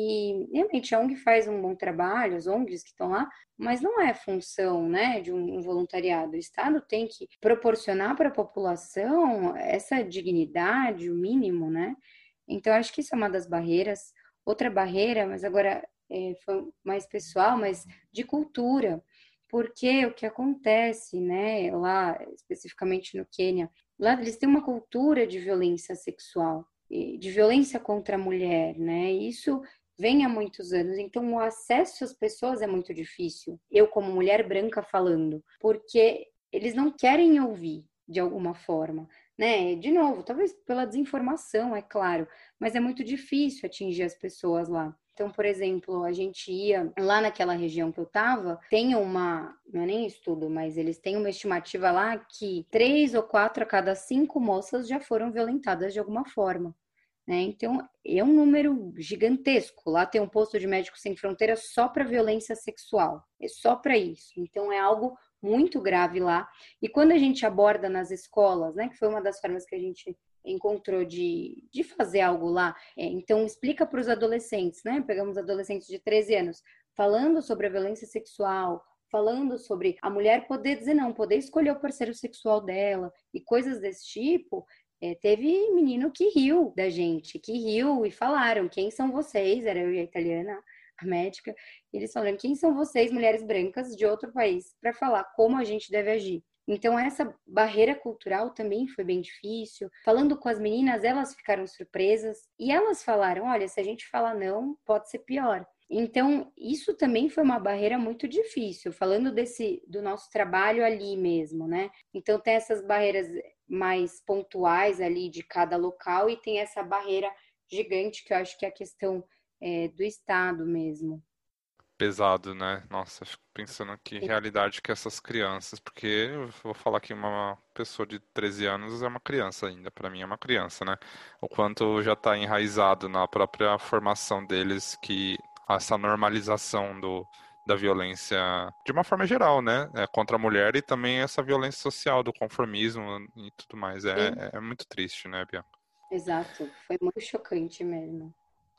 E realmente a ONG faz um bom trabalho, as ONGs que estão lá, mas não é função, né, de um voluntariado. O Estado tem que proporcionar para a população essa dignidade, o mínimo, né? Então, acho que isso é uma das barreiras. Outra barreira, mas agora foi mais pessoal, mas de cultura. Porque o que acontece, né, lá, especificamente no Quênia, lá eles têm uma cultura de violência sexual, de violência contra a mulher, né? Isso vem há muitos anos, então o acesso às pessoas é muito difícil. Eu, como mulher branca, falando, porque eles não querem ouvir de alguma forma, né? De novo, talvez pela desinformação, é claro, mas é muito difícil atingir as pessoas lá. Então, por exemplo, a gente ia lá naquela região que eu tava, tem uma, não é nem estudo, mas eles têm uma estimativa lá que 3 ou 4 a cada 5 moças já foram violentadas de alguma forma. Né? Então, é um número gigantesco. Lá tem um posto de Médicos Sem Fronteiras só para violência sexual, é só para isso. Então, é algo muito grave lá. E quando a gente aborda nas escolas, né, que foi uma das formas que a gente encontrou de fazer algo lá, então explica para os adolescentes, né? Pegamos adolescentes de 13 anos, falando sobre a violência sexual, falando sobre a mulher poder dizer não, poder escolher o parceiro sexual dela e coisas desse tipo. Teve menino que riu da gente, que riu e falaram: quem são vocês? Era eu e a italiana, a médica. E eles falaram: quem são vocês, mulheres brancas de outro país, para falar como a gente deve agir? Então, essa barreira cultural também foi bem difícil. Falando com as meninas, elas ficaram surpresas e elas falaram: olha, se a gente falar não, pode ser pior. Então, isso também foi uma barreira muito difícil, falando do nosso trabalho ali mesmo, né? Então, tem essas barreiras mais pontuais ali de cada local e tem essa barreira gigante que eu acho que é a questão do Estado mesmo. Pesado, né? Nossa, fico pensando que realidade que essas crianças, porque eu vou falar que uma pessoa de 13 anos é uma criança ainda, para mim é uma criança, né? O quanto já está enraizado na própria formação deles que essa normalização da violência de uma forma geral, né? Contra a mulher e também essa violência social, do conformismo e tudo mais. Sim, É muito triste, né, Bia? exato. Foi muito chocante mesmo.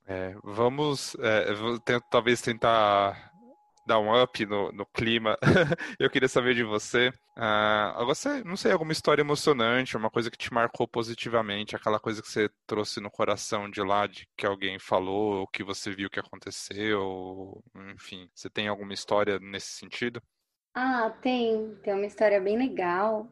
Vamos talvez tentar dar um up no clima. Eu queria saber de você. Você, não sei, alguma história emocionante, uma coisa que te marcou positivamente, aquela coisa que você trouxe no coração de lá, de que alguém falou, ou que você viu que aconteceu, enfim, você tem alguma história nesse sentido? Ah, tem uma história bem legal.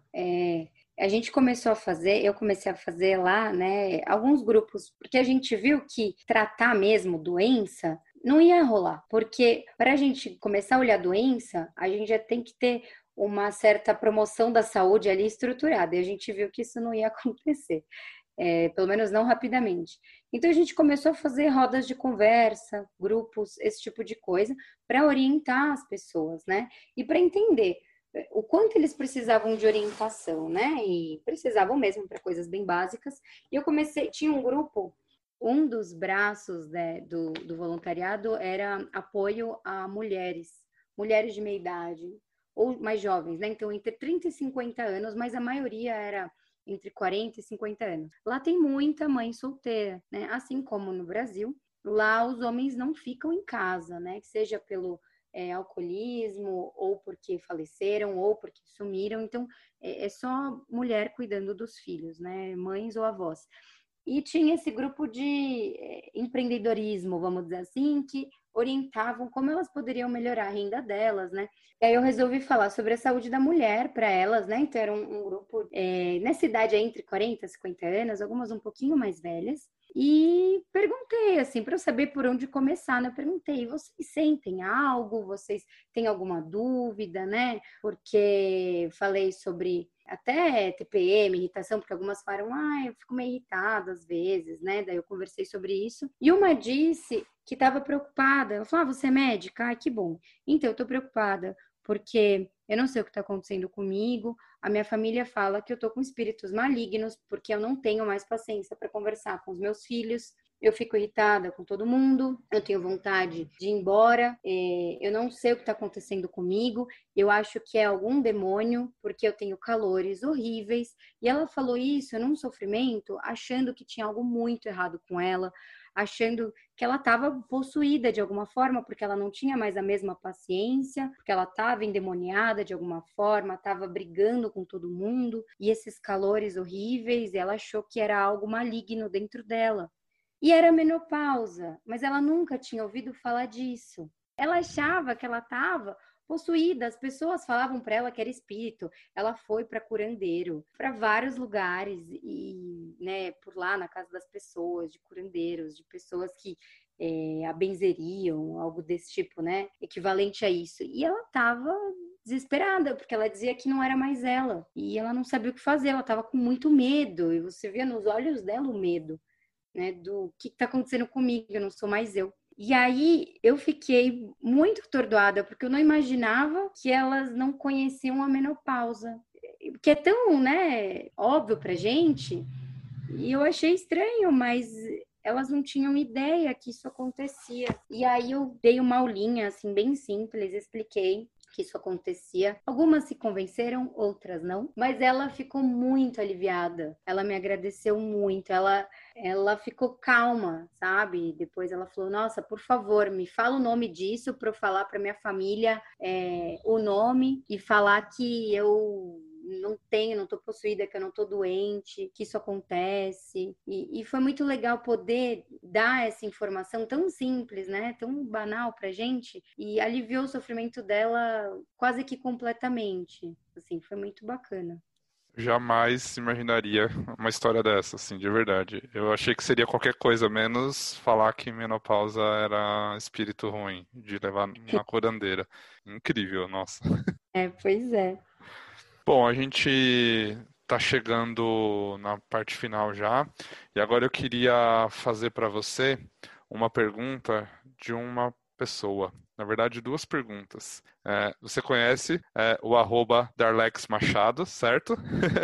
A gente começou a fazer, eu comecei a fazer lá, né, alguns grupos, porque a gente viu que tratar mesmo doença não ia rolar, porque para a gente começar a olhar a doença, a gente já tem que ter uma certa promoção da saúde ali estruturada, e a gente viu que isso não ia acontecer. Pelo menos não rapidamente. Então a gente começou a fazer rodas de conversa, grupos, esse tipo de coisa, para orientar as pessoas, né? E para entender o quanto eles precisavam de orientação, né? E precisavam mesmo para coisas bem básicas. E eu comecei, tinha um grupo, um dos braços, né, do voluntariado era apoio a mulheres de meia idade, ou mais jovens, né? Então, entre 30 e 50 anos, mas a maioria era entre 40 e 50 anos. Lá tem muita mãe solteira, né? Assim como no Brasil, lá os homens não ficam em casa, né? Seja pelo alcoolismo, ou porque faleceram, ou porque sumiram. Então, é só mulher cuidando dos filhos, né? Mães ou avós. E tinha esse grupo de empreendedorismo, vamos dizer assim, que orientavam como elas poderiam melhorar a renda delas, né? E aí eu resolvi falar sobre a saúde da mulher para elas, né? Então era um grupo nessa idade aí, entre 40 e 50 anos, algumas um pouquinho mais velhas. E perguntei, assim, para eu saber por onde começar, né? Eu perguntei, vocês sentem algo? Vocês têm alguma dúvida, né? Porque falei sobre até TPM, irritação, porque algumas falaram, eu fico meio irritada às vezes, né? Daí eu conversei sobre isso. E uma disse que estava preocupada. Eu falei, você é médica? Ai, que bom. Então, eu tô preocupada porque eu não sei o que está acontecendo comigo. A minha família fala que eu tô com espíritos malignos porque eu não tenho mais paciência para conversar com os meus filhos. Eu fico irritada com todo mundo, eu tenho vontade de ir embora, eu não sei o que está acontecendo comigo, eu acho que é algum demônio, porque eu tenho calores horríveis. E ela falou isso num sofrimento, achando que tinha algo muito errado com ela, achando que ela estava possuída de alguma forma, porque ela não tinha mais a mesma paciência, porque ela estava endemoniada de alguma forma, estava brigando com todo mundo, e esses calores horríveis, ela achou que era algo maligno dentro dela. E era menopausa, mas ela nunca tinha ouvido falar disso. Ela achava que ela estava possuída, as pessoas falavam para ela que era espírito. Ela foi para curandeiro, para vários lugares e, né, por lá na casa das pessoas, de curandeiros, de pessoas que a benzeriam, algo desse tipo, né, equivalente a isso. E ela estava desesperada, porque ela dizia que não era mais ela. E ela não sabia o que fazer, ela estava com muito medo. E você via nos olhos dela o medo, né, do que está acontecendo comigo, eu não sou mais eu. E aí eu fiquei muito atordoada, porque eu não imaginava que elas não conheciam a menopausa, que é tão, né, óbvio pra gente, e eu achei estranho, mas elas não tinham ideia que isso acontecia. E aí eu dei uma aulinha, assim, bem simples, expliquei que isso acontecia. Algumas se convenceram, outras não, mas ela ficou muito aliviada. Ela me agradeceu muito, ela ficou calma, sabe? Depois ela falou, nossa, por favor, me fala o nome disso para eu falar para minha família o nome e falar que eu não tô possuída, que eu não tô doente, que isso acontece. E foi muito legal poder dar essa informação tão simples, né? Tão banal pra gente, e aliviou o sofrimento dela quase que completamente. Assim, foi muito bacana. Jamais imaginaria uma história dessa, assim, de verdade. Eu achei que seria qualquer coisa, menos falar que menopausa era espírito ruim, de levar na curandeira. Incrível, nossa. Pois é. Bom, a gente tá chegando na parte final já, e agora eu queria fazer para você uma pergunta de uma pessoa. Na verdade, duas perguntas. Você conhece o @Darlex Machado, certo?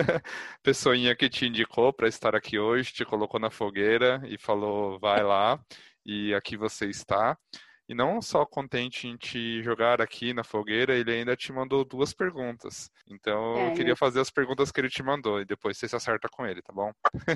Pessoinha que te indicou para estar aqui hoje, te colocou na fogueira e falou, vai lá, e aqui você está. E não só contente em te jogar aqui na fogueira, ele ainda te mandou duas perguntas. Então eu Ai, queria meu... fazer as perguntas que ele te mandou e depois você se acerta com ele, tá bom?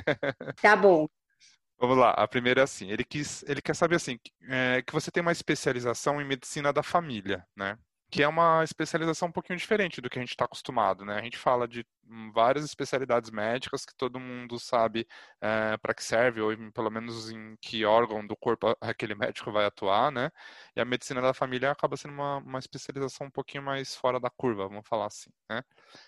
Tá bom. Vamos lá, a primeira é assim, ele quer saber assim, que você tem uma especialização em medicina da família, né? Que é uma especialização um pouquinho diferente do que a gente está acostumado, né? A gente fala de várias especialidades médicas que todo mundo sabe para que serve, ou pelo menos em que órgão do corpo aquele médico vai atuar, né? E a medicina da família acaba sendo uma especialização um pouquinho mais fora da curva, vamos falar assim, né?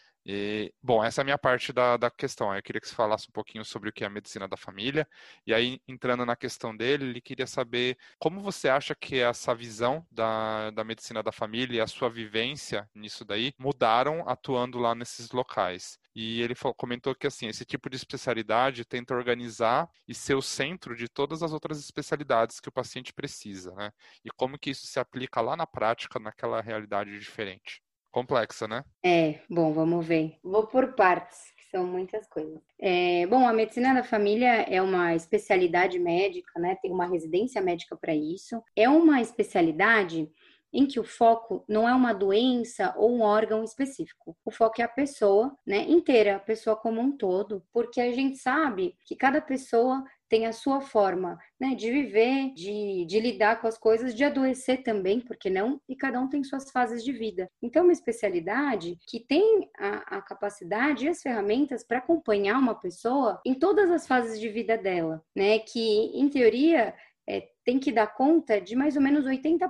E, bom, essa é a minha parte da questão. Eu queria que você falasse um pouquinho sobre o que é a medicina da família. E aí, entrando na questão dele, ele queria saber como você acha que essa visão da medicina da família e a sua vivência nisso daí mudaram atuando lá nesses locais. E ele comentou que assim, esse tipo de especialidade tenta organizar e ser o centro de todas as outras especialidades que o paciente precisa, né? E como que isso se aplica lá na prática, naquela realidade diferente. Complexa, né? Bom, vamos ver. Vou por partes, que são muitas coisas. Bom, a medicina da família é uma especialidade médica, né? Tem uma residência médica para isso. É uma especialidade em que o foco não é uma doença ou um órgão específico. O foco é a pessoa, né, inteira, a pessoa como um todo, porque a gente sabe que cada pessoa tem a sua forma, né, de viver, de lidar com as coisas, de adoecer também, porque não? E cada um tem suas fases de vida. Então, é uma especialidade que tem a capacidade e as ferramentas para acompanhar uma pessoa em todas as fases de vida dela, né? Que, em teoria, tem que dar conta de mais ou menos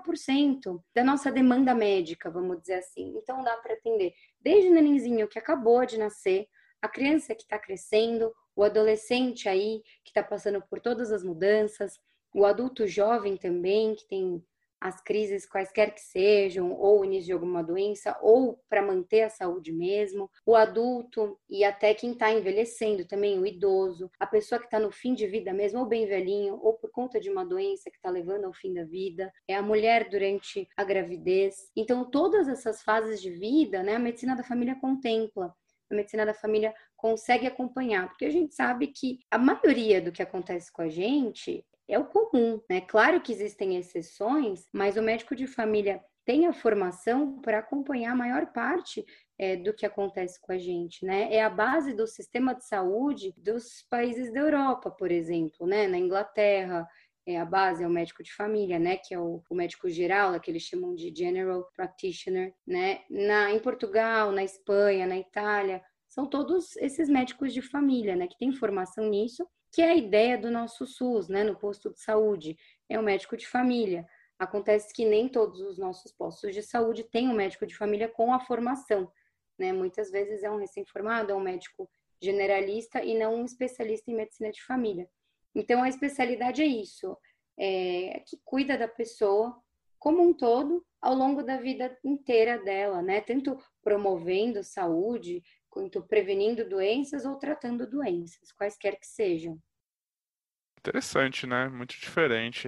80% da nossa demanda médica, vamos dizer assim. Então, dá para atender desde o nenenzinho que acabou de nascer, a criança que está crescendo, o adolescente aí que está passando por todas as mudanças, o adulto jovem também, que tem as crises quaisquer que sejam, ou o início de alguma doença, ou para manter a saúde mesmo, o adulto e até quem está envelhecendo também, o idoso, a pessoa que está no fim de vida mesmo, ou bem velhinho, ou por conta de uma doença que está levando ao fim da vida, é a mulher durante a gravidez. Então, todas essas fases de vida, né, a medicina da família contempla. A medicina da família consegue acompanhar, porque a gente sabe que a maioria do que acontece com a gente é o comum, né? Claro que existem exceções, mas o médico de família tem a formação para acompanhar a maior parte do que acontece com a gente, né? É a base do sistema de saúde dos países da Europa, por exemplo, né? Na Inglaterra, a base é o médico de família, né? Que é o médico geral, que eles chamam de general practitioner, né? Em Portugal, na Espanha, na Itália, são todos esses médicos de família, né? Que têm formação nisso, que é a ideia do nosso SUS, né? No posto de saúde, é o médico de família. Acontece que nem todos os nossos postos de saúde têm um médico de família com a formação, né? Muitas vezes é um recém-formado, é um médico generalista e não um especialista em medicina de família. Então, a especialidade é isso, que cuida da pessoa como um todo ao longo da vida inteira dela, né? Tanto promovendo saúde, quanto prevenindo doenças ou tratando doenças, quaisquer que sejam. Interessante, né? Muito diferente.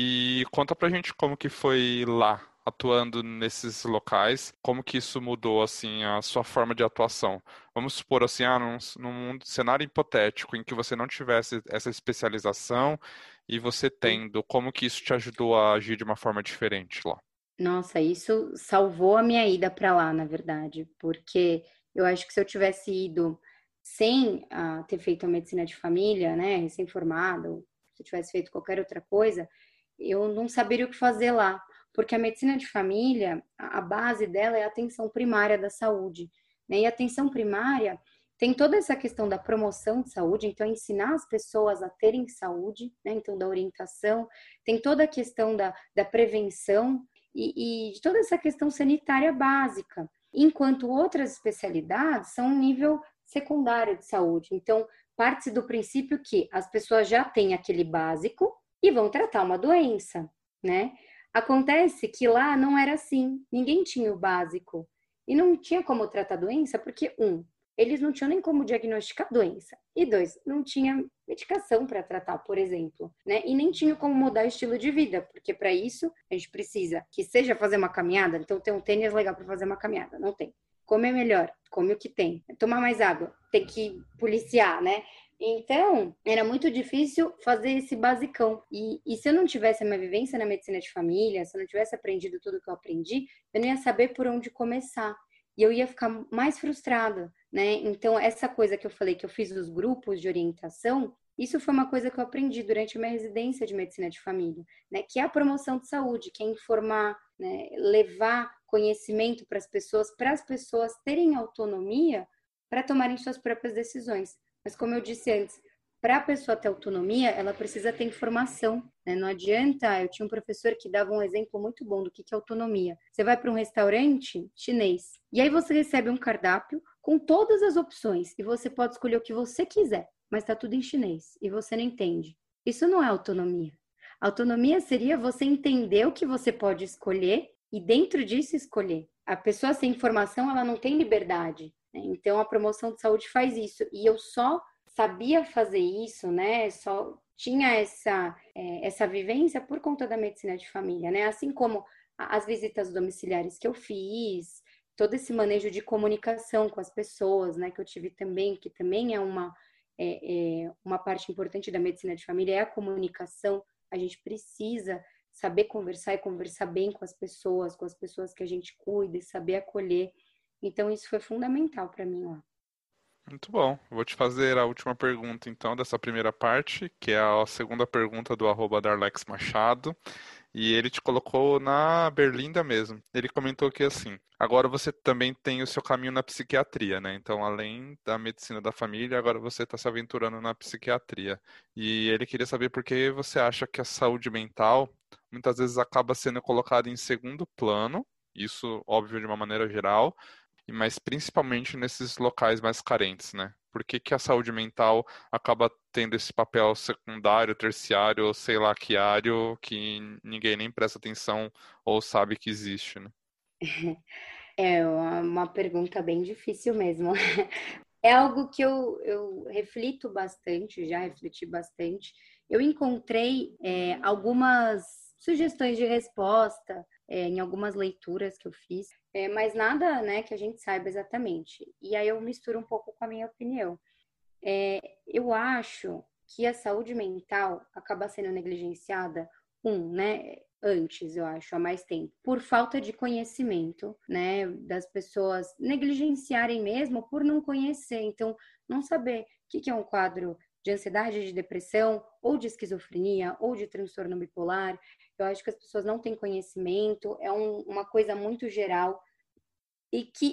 E conta pra gente como que foi lá, atuando nesses locais, como que isso mudou, assim, a sua forma de atuação. Vamos supor, assim, num cenário hipotético em que você não tivesse essa especialização e você tendo, como que isso te ajudou a agir de uma forma diferente lá? Nossa, isso salvou a minha ida para lá, na verdade, porque eu acho que se eu tivesse ido sem ter feito a medicina de família, né, recém-formada, ou se eu tivesse feito qualquer outra coisa, eu não saberia o que fazer lá, porque a medicina de família, a base dela é a atenção primária da saúde, né, e a atenção primária tem toda essa questão da promoção de saúde, então ensinar as pessoas a terem saúde, né, então da orientação, tem toda a questão da prevenção, e de toda essa questão sanitária básica, enquanto outras especialidades são um nível secundário de saúde. Então, parte-se do princípio que as pessoas já têm aquele básico e vão tratar uma doença, né? Acontece que lá não era assim, ninguém tinha o básico e não tinha como tratar doença porque, eles não tinham nem como diagnosticar doença. E dois, não tinha medicação para tratar, por exemplo, né? E nem tinha como mudar o estilo de vida, porque para isso a gente precisa que seja fazer uma caminhada, então ter um tênis legal para fazer uma caminhada, não tem. Comer melhor, come o que tem. Tomar mais água, tem que policiar, né? Então, era muito difícil fazer esse basicão. E se eu não tivesse a minha vivência na medicina de família, se eu não tivesse aprendido tudo que eu aprendi, eu não ia saber por onde começar. E eu ia ficar mais frustrada, né? Então, essa coisa que eu falei, que eu fiz os grupos de orientação, isso foi uma coisa que eu aprendi durante a minha residência de medicina de família, né? Que é a promoção de saúde, que é informar, né? Levar conhecimento para as pessoas terem autonomia para tomarem suas próprias decisões. Mas como eu disse antes, para a pessoa ter autonomia, ela precisa ter informação, né? Não adianta. Eu tinha um professor que dava um exemplo muito bom do que é autonomia. Você vai para um restaurante chinês e aí você recebe um cardápio com todas as opções e você pode escolher o que você quiser, mas está tudo em chinês e você não entende. Isso não é autonomia. Autonomia seria você entender o que você pode escolher e dentro disso escolher. A pessoa sem informação, ela não tem liberdade, né? Então a promoção de saúde faz isso e eu só sabia fazer isso, né? Só tinha essa vivência por conta da medicina de família, né? Assim como as visitas domiciliares que eu fiz, todo esse manejo de comunicação com as pessoas, né? Que eu tive também, que também é uma parte importante da medicina de família, é a comunicação. A gente precisa saber conversar e conversar bem com as pessoas que a gente cuida e saber acolher. Então, isso foi fundamental para mim lá. Muito bom. Vou te fazer a última pergunta, então, dessa primeira parte, que é a segunda pergunta do @Darlex Machado. E ele te colocou na Berlinda mesmo. Ele comentou que assim, agora você também tem o seu caminho na psiquiatria, né? Então, além da medicina da família, agora você está se aventurando na psiquiatria. E ele queria saber por que você acha que a saúde mental muitas vezes acaba sendo colocada em segundo plano, isso, óbvio, de uma maneira geral, mas principalmente nesses locais mais carentes, né? Por que que a saúde mental acaba tendo esse papel secundário, terciário, ou sei lá que área, que ninguém nem presta atenção ou sabe que existe, né? É uma pergunta bem difícil mesmo. É algo que eu reflito bastante, já refleti bastante. Eu encontrei algumas sugestões de resposta em algumas leituras que eu fiz, mas nada, né, que a gente saiba exatamente. E aí eu misturo um pouco com a minha opinião. Eu acho que a saúde mental acaba sendo negligenciada, né, antes, eu acho, há mais tempo, por falta de conhecimento, né, das pessoas negligenciarem mesmo por não conhecer, então, não saber o que é um quadro de ansiedade, de depressão, ou de esquizofrenia, ou de transtorno bipolar. Eu acho que as pessoas não têm conhecimento, é uma coisa muito geral e que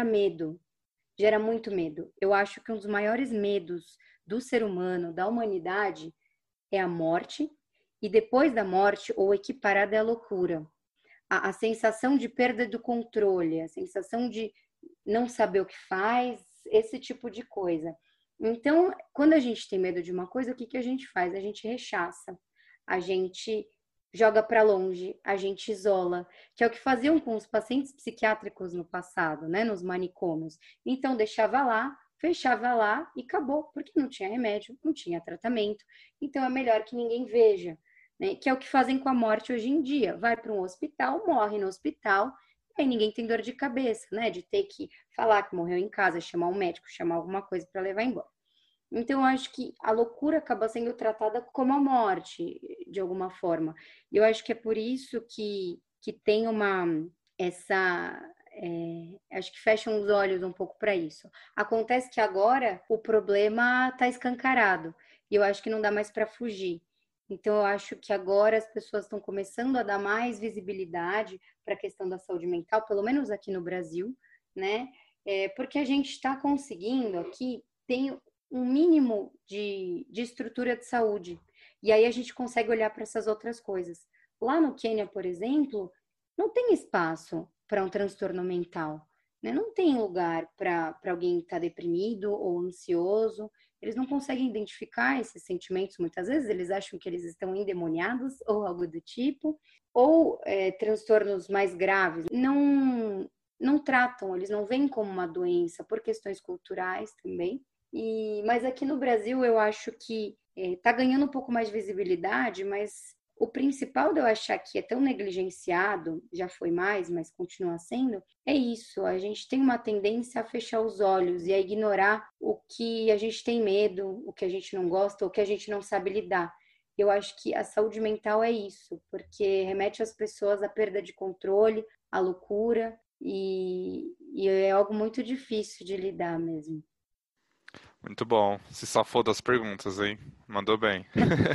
gera muito medo. Eu acho que um dos maiores medos do ser humano, da humanidade, é a morte, e depois da morte, ou equiparada é a loucura. A sensação de perda do controle, a sensação de não saber o que faz, esse tipo de coisa. Então, quando a gente tem medo de uma coisa, o que que a gente faz? A gente rechaça, a gente joga para longe, a gente isola, que é o que faziam com os pacientes psiquiátricos no passado, né, nos manicômios. Então, deixava lá, fechava lá e acabou, porque não tinha remédio, não tinha tratamento. Então, é melhor que ninguém veja, né? Que é o que fazem com a morte hoje em dia. Vai para um hospital, morre no hospital, e aí ninguém tem dor de cabeça, né? De ter que falar que morreu em casa, chamar um médico, chamar alguma coisa para levar embora. Então, eu acho que a loucura acaba sendo tratada como a morte, de alguma forma. E eu acho que é por isso que tem essa. Acho que fecham os olhos um pouco para isso. Acontece que agora o problema está escancarado e eu acho que não dá mais para fugir. Então, eu acho que agora as pessoas estão começando a dar mais visibilidade para a questão da saúde mental, pelo menos aqui no Brasil, né? Porque a gente está conseguindo aqui, tem um mínimo de estrutura de saúde. E aí a gente consegue olhar para essas outras coisas. Lá no Quênia, por exemplo, não tem espaço para um transtorno mental. Né? Não tem lugar para alguém estar deprimido ou ansioso. Eles não conseguem identificar esses sentimentos. Muitas vezes eles acham que eles estão endemoniados ou algo do tipo. Ou transtornos mais graves. Não tratam, eles não veem como uma doença por questões culturais também. Mas aqui no Brasil eu acho que está ganhando um pouco mais de visibilidade, mas o principal de eu achar que é tão negligenciado, já foi mais, mas continua sendo, é isso. A gente tem uma tendência a fechar os olhos e a ignorar o que a gente tem medo, o que a gente não gosta, o que a gente não sabe lidar. Eu acho que a saúde mental é isso, porque remete as pessoas à perda de controle, à loucura, e é algo muito difícil de lidar mesmo. Muito bom. Se safou das perguntas, hein? Mandou bem.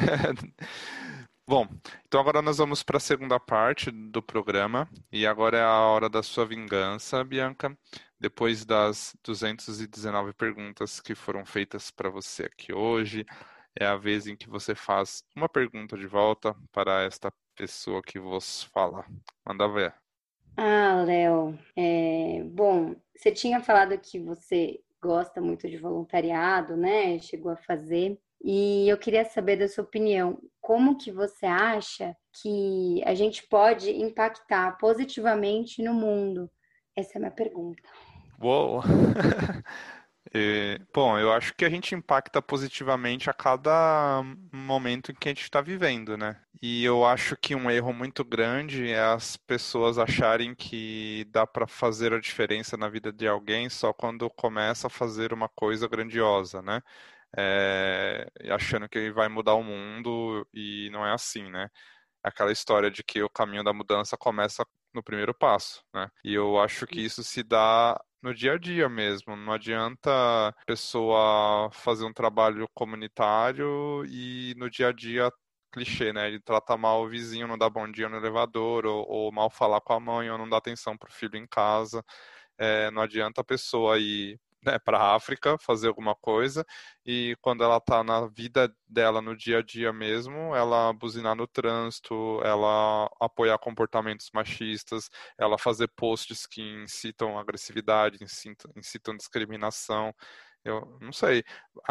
Bom, então agora nós vamos para a segunda parte do programa e agora é a hora da sua vingança, Bianca. Depois das 219 perguntas que foram feitas para você aqui hoje, é a vez em que você faz uma pergunta de volta para esta pessoa que vos fala. Manda ver. Ah, Léo, bom, você tinha falado que você gosta muito de voluntariado, né? Chegou a fazer. E eu queria saber da sua opinião. Como que você acha que a gente pode impactar positivamente no mundo? Essa é a minha pergunta. Uou! Bom, eu acho que a gente impacta positivamente a cada momento em que a gente está vivendo, né? E eu acho que um erro muito grande é as pessoas acharem que dá para fazer a diferença na vida de alguém só quando começa a fazer uma coisa grandiosa, né? Achando que vai mudar o mundo e não é assim, né? Aquela história de que o caminho da mudança começa no primeiro passo, né? E eu acho que isso se dá no dia a dia mesmo. Não adianta a pessoa fazer um trabalho comunitário e no dia a dia clichê, né? Ele trata mal o vizinho, não dá bom dia no elevador, ou mal falar com a mãe, ou não dá atenção pro filho em casa. Não adianta a pessoa ir, né, para a África fazer alguma coisa e quando ela está na vida dela no dia a dia mesmo, ela buzinar no trânsito, ela apoiar comportamentos machistas, ela fazer posts que incitam agressividade, incitam discriminação. Eu não sei.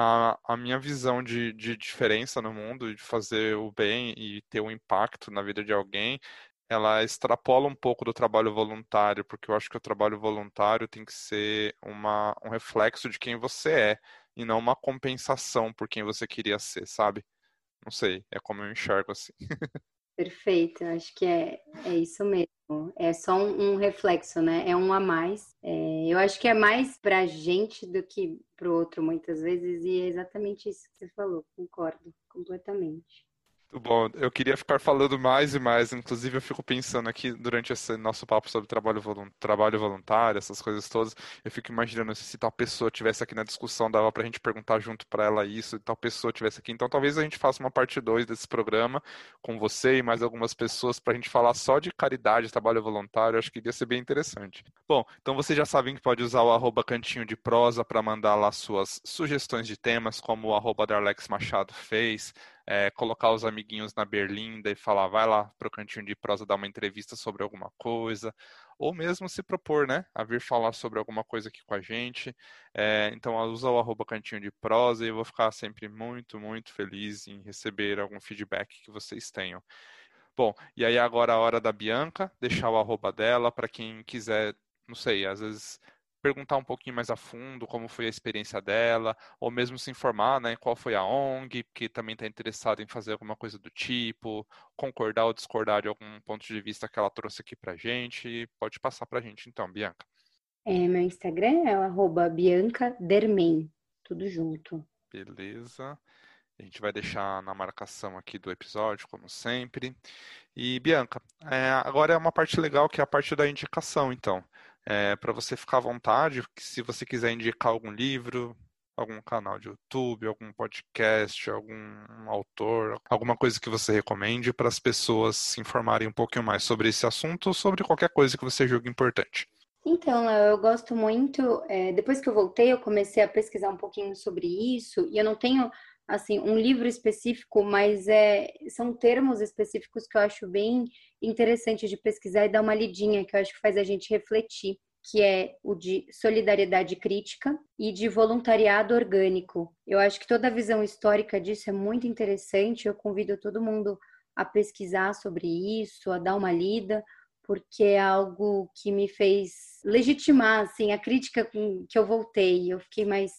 A minha visão de diferença no mundo, de fazer o bem e ter um impacto na vida de alguém, ela extrapola um pouco do trabalho voluntário, porque eu acho que o trabalho voluntário tem que ser um reflexo de quem você é, e não uma compensação por quem você queria ser, sabe? Não sei, é como eu enxergo assim. Perfeito, acho que é isso mesmo. É só um reflexo, né? É um a mais. Eu acho que é mais pra gente do que pro outro, muitas vezes, e é exatamente isso que você falou, concordo completamente. Muito bom. Eu queria ficar falando mais e mais. Inclusive, eu fico pensando aqui durante esse nosso papo sobre trabalho voluntário, essas coisas todas. Eu fico imaginando se tal pessoa tivesse aqui na discussão, dava pra gente perguntar junto pra ela isso, e tal pessoa tivesse aqui. Então, talvez a gente faça uma parte 2 desse programa com você e mais algumas pessoas pra gente falar só de caridade, trabalho voluntário. Acho que iria ser bem interessante. Bom, então vocês já sabem que pode usar o @cantinho de prosa para mandar lá suas sugestões de temas, como o @Darlex Machado fez, colocar os amiguinhos na berlinda e falar, vai lá pro Cantinho de Prosa dar uma entrevista sobre alguma coisa, ou mesmo se propor, né, a vir falar sobre alguma coisa aqui com a gente. Então, usa o @Cantinho de Prosa e eu vou ficar sempre muito, muito feliz em receber algum feedback que vocês tenham. Bom, e aí agora a hora da Bianca, deixar o dela para quem quiser, não sei, às vezes perguntar um pouquinho mais a fundo como foi a experiência dela, ou mesmo se informar, né, qual foi a ONG, porque também está interessado em fazer alguma coisa do tipo, concordar ou discordar de algum ponto de vista que ela trouxe aqui pra gente, pode passar pra gente então, Bianca. Meu Instagram é o @Bianca Dermen, tudo junto. Beleza. A gente vai deixar na marcação aqui do episódio, como sempre. E, Bianca, agora é uma parte legal que é a parte da indicação, então. Para você ficar à vontade, se você quiser indicar algum livro, algum canal de YouTube, algum podcast, algum autor, alguma coisa que você recomende para as pessoas se informarem um pouquinho mais sobre esse assunto ou sobre qualquer coisa que você julgue importante. Então, Léo, eu gosto muito. Depois que eu voltei, eu comecei a pesquisar um pouquinho sobre isso, e eu não tenho, assim, um livro específico, mas são termos específicos que eu acho bem interessante de pesquisar e dar uma lidinha, que eu acho que faz a gente refletir, que é o de solidariedade crítica e de voluntariado orgânico. Eu acho que toda a visão histórica disso é muito interessante, eu convido todo mundo a pesquisar sobre isso, a dar uma lida porque é algo que me fez legitimar assim, a crítica com que eu voltei. Eu fiquei mais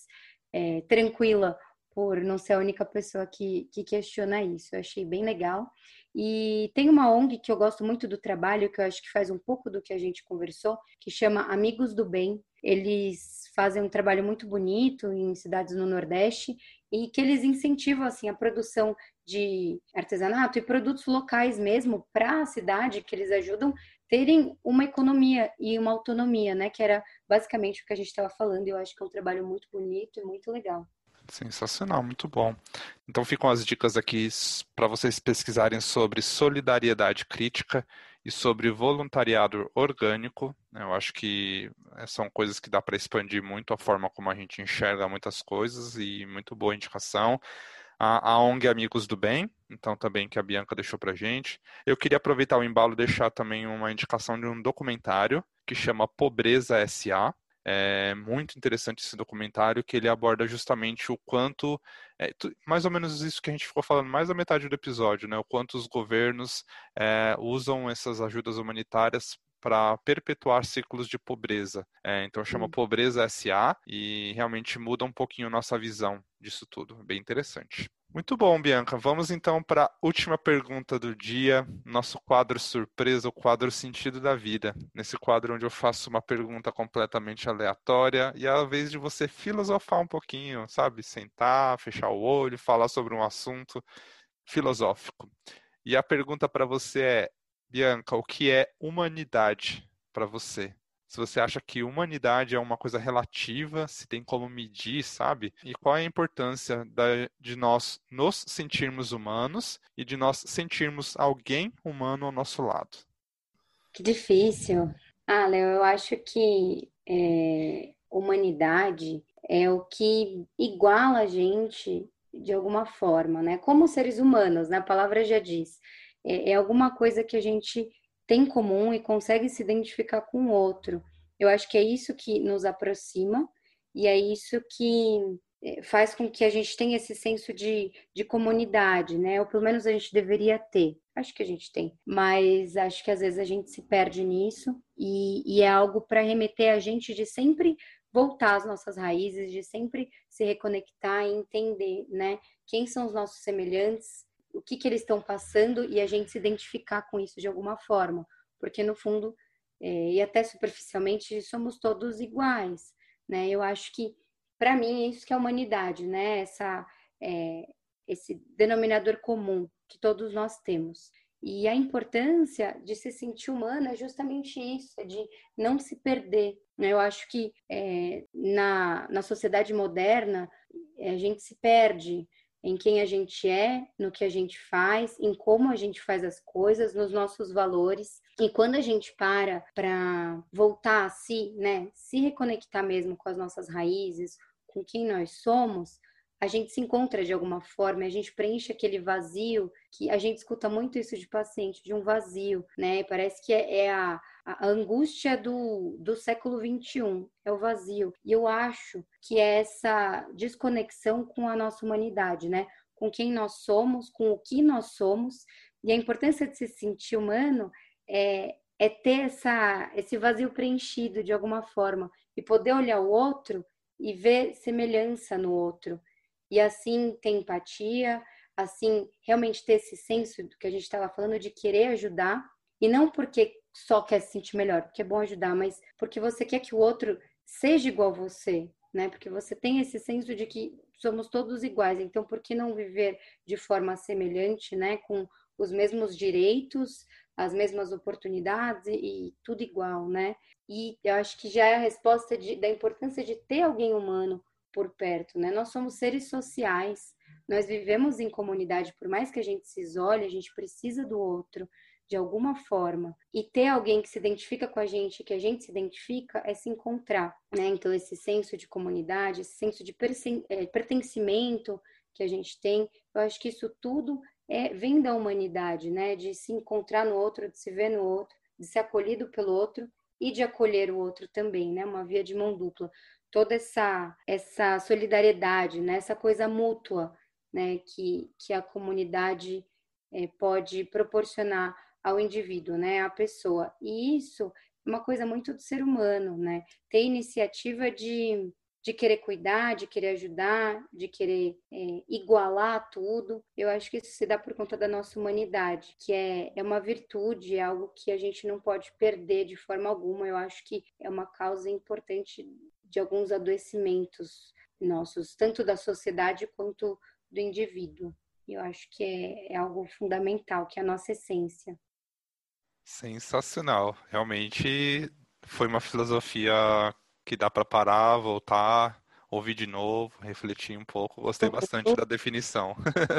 tranquila por não ser a única pessoa que questiona isso. Eu achei bem legal. E tem uma ONG que eu gosto muito do trabalho, que eu acho que faz um pouco do que a gente conversou, que chama Amigos do Bem. Eles fazem um trabalho muito bonito em cidades no Nordeste e que eles incentivam assim a produção de artesanato e produtos locais mesmo para a cidade, que eles ajudam terem uma economia e uma autonomia, né? Que era basicamente o que a gente estava falando. E eu acho que é um trabalho muito bonito e muito legal. Sensacional, muito bom. Então ficam as dicas aqui para vocês pesquisarem sobre solidariedade crítica e sobre voluntariado orgânico. Eu acho que são coisas que dá para expandir muito a forma como a gente enxerga muitas coisas e muito boa indicação. A ONG Amigos do Bem, então também que a Bianca deixou para gente. Eu queria aproveitar o embalo e deixar também uma indicação de um documentário que chama Pobreza S.A. É muito interessante esse documentário, que ele aborda justamente o quanto, mais ou menos isso que a gente ficou falando mais da metade do episódio, né? O quanto os governos usam essas ajudas humanitárias para perpetuar ciclos de pobreza. Então chama Sim. Pobreza S.A. e realmente muda um pouquinho nossa visão disso tudo. Bem interessante. Muito bom, Bianca. Vamos então para a última pergunta do dia, nosso quadro surpresa, o quadro Sentido da Vida. Nesse quadro onde eu faço uma pergunta completamente aleatória e é a vez de você filosofar um pouquinho, sabe? Sentar, fechar o olho, falar sobre um assunto filosófico. E a pergunta para você é: Bianca, o que é humanidade para você? Se você acha que humanidade é uma coisa relativa, se tem como medir, sabe? E qual é a importância de nós nos sentirmos humanos e de nós sentirmos alguém humano ao nosso lado? Que difícil. Ah, Léo, eu acho que humanidade é o que iguala a gente de alguma forma, né? Como seres humanos, né? A palavra já diz. É alguma coisa que a gente tem em comum e consegue se identificar com o outro. Eu acho que é isso que nos aproxima e é isso que faz com que a gente tenha esse senso de comunidade, né? Ou pelo menos a gente deveria ter. Acho que a gente tem, mas acho que às vezes a gente se perde nisso e é algo para remeter a gente de sempre voltar às nossas raízes, de sempre se reconectar e entender, né? Quem são os nossos semelhantes, o que eles estão passando e a gente se identificar com isso de alguma forma, porque no fundo, e até superficialmente, somos todos iguais, né? Eu acho que, para mim, é isso que é a humanidade, né? Esse denominador comum que todos nós temos. E a importância de se sentir humano é justamente isso, é de não se perder. Eu acho que na sociedade moderna a gente se perde em quem a gente é, no que a gente faz, em como a gente faz as coisas, nos nossos valores. E quando a gente para voltar a si, né, se reconectar mesmo com as nossas raízes, com quem nós somos, a gente se encontra de alguma forma, a gente preenche aquele vazio, que a gente escuta muito isso de paciente, de um vazio, né? Parece que é a angústia do século XXI, é o vazio. E eu acho que é essa desconexão com a nossa humanidade, né? Com quem nós somos, com o que nós somos, e a importância de se sentir humano é ter esse vazio preenchido de alguma forma, e poder olhar o outro e ver semelhança no outro e assim ter empatia, assim realmente ter esse senso do que a gente estava falando de querer ajudar e não porque só quer se sentir melhor, porque é bom ajudar, mas porque você quer que o outro seja igual a você, né? Porque você tem esse senso de que somos todos iguais, então por que não viver de forma semelhante, né? Com os mesmos direitos, as mesmas oportunidades e tudo igual, né? E eu acho que já é a resposta da importância de ter alguém humano por perto, né? Nós somos seres sociais, nós vivemos em comunidade, por mais que a gente se isole, a gente precisa do outro de alguma forma. E ter alguém que se identifica com a gente, que a gente se identifica, é se encontrar, né? Então esse senso de comunidade, esse senso de pertencimento que a gente tem, eu acho que isso tudo vem da humanidade, né? De se encontrar no outro, de se ver no outro, de ser acolhido pelo outro e de acolher o outro também, né? Uma via de mão dupla. Toda essa solidariedade, né? Essa coisa mútua, né? Que a comunidade pode proporcionar ao indivíduo, né? À pessoa. E isso é uma coisa muito do ser humano, né? Ter iniciativa de querer cuidar, de querer ajudar, de querer igualar tudo. Eu acho que isso se dá por conta da nossa humanidade, que é uma virtude, é algo que a gente não pode perder de forma alguma. Eu acho que é uma causa importante de alguns adoecimentos nossos, tanto da sociedade quanto do indivíduo. Eu acho que é algo fundamental, que é a nossa essência. Sensacional. Realmente foi uma filosofia que dá para parar, voltar, ouvir de novo, refletir um pouco. Gostei bastante da definição.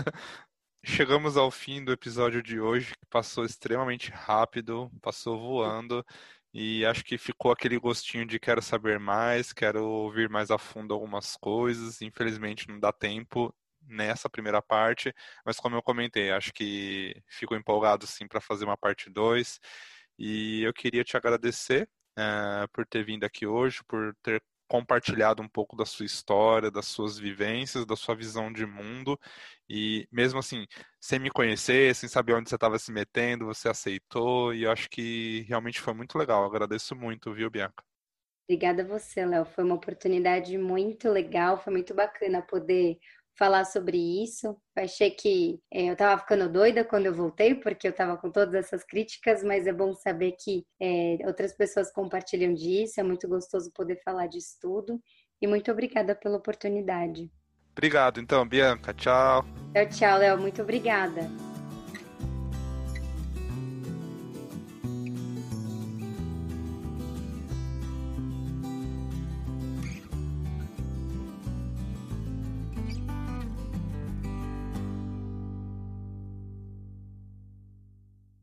Chegamos ao fim do episódio de hoje, que passou extremamente rápido, passou voando, e acho que ficou aquele gostinho de quero saber mais, quero ouvir mais a fundo algumas coisas. Infelizmente não dá tempo nessa primeira parte, mas como eu comentei, acho que fico empolgado sim para fazer uma parte 2. E eu queria te agradecer, por ter vindo aqui hoje, por ter compartilhado um pouco da sua história, das suas vivências, da sua visão de mundo. E mesmo assim, sem me conhecer, sem saber onde você estava se metendo, você aceitou. E eu acho que realmente foi muito legal. Eu agradeço muito, viu, Bianca? Obrigada a você, Léo. Foi uma oportunidade muito legal, foi muito bacana poder falar sobre isso. Eu achei que eu estava ficando doida quando eu voltei, porque eu estava com todas essas críticas, mas é bom saber que outras pessoas compartilham disso, é muito gostoso poder falar disso tudo. E muito obrigada pela oportunidade. Obrigado, então, Bianca. Tchau. Tchau, tchau, Léo. Muito obrigada.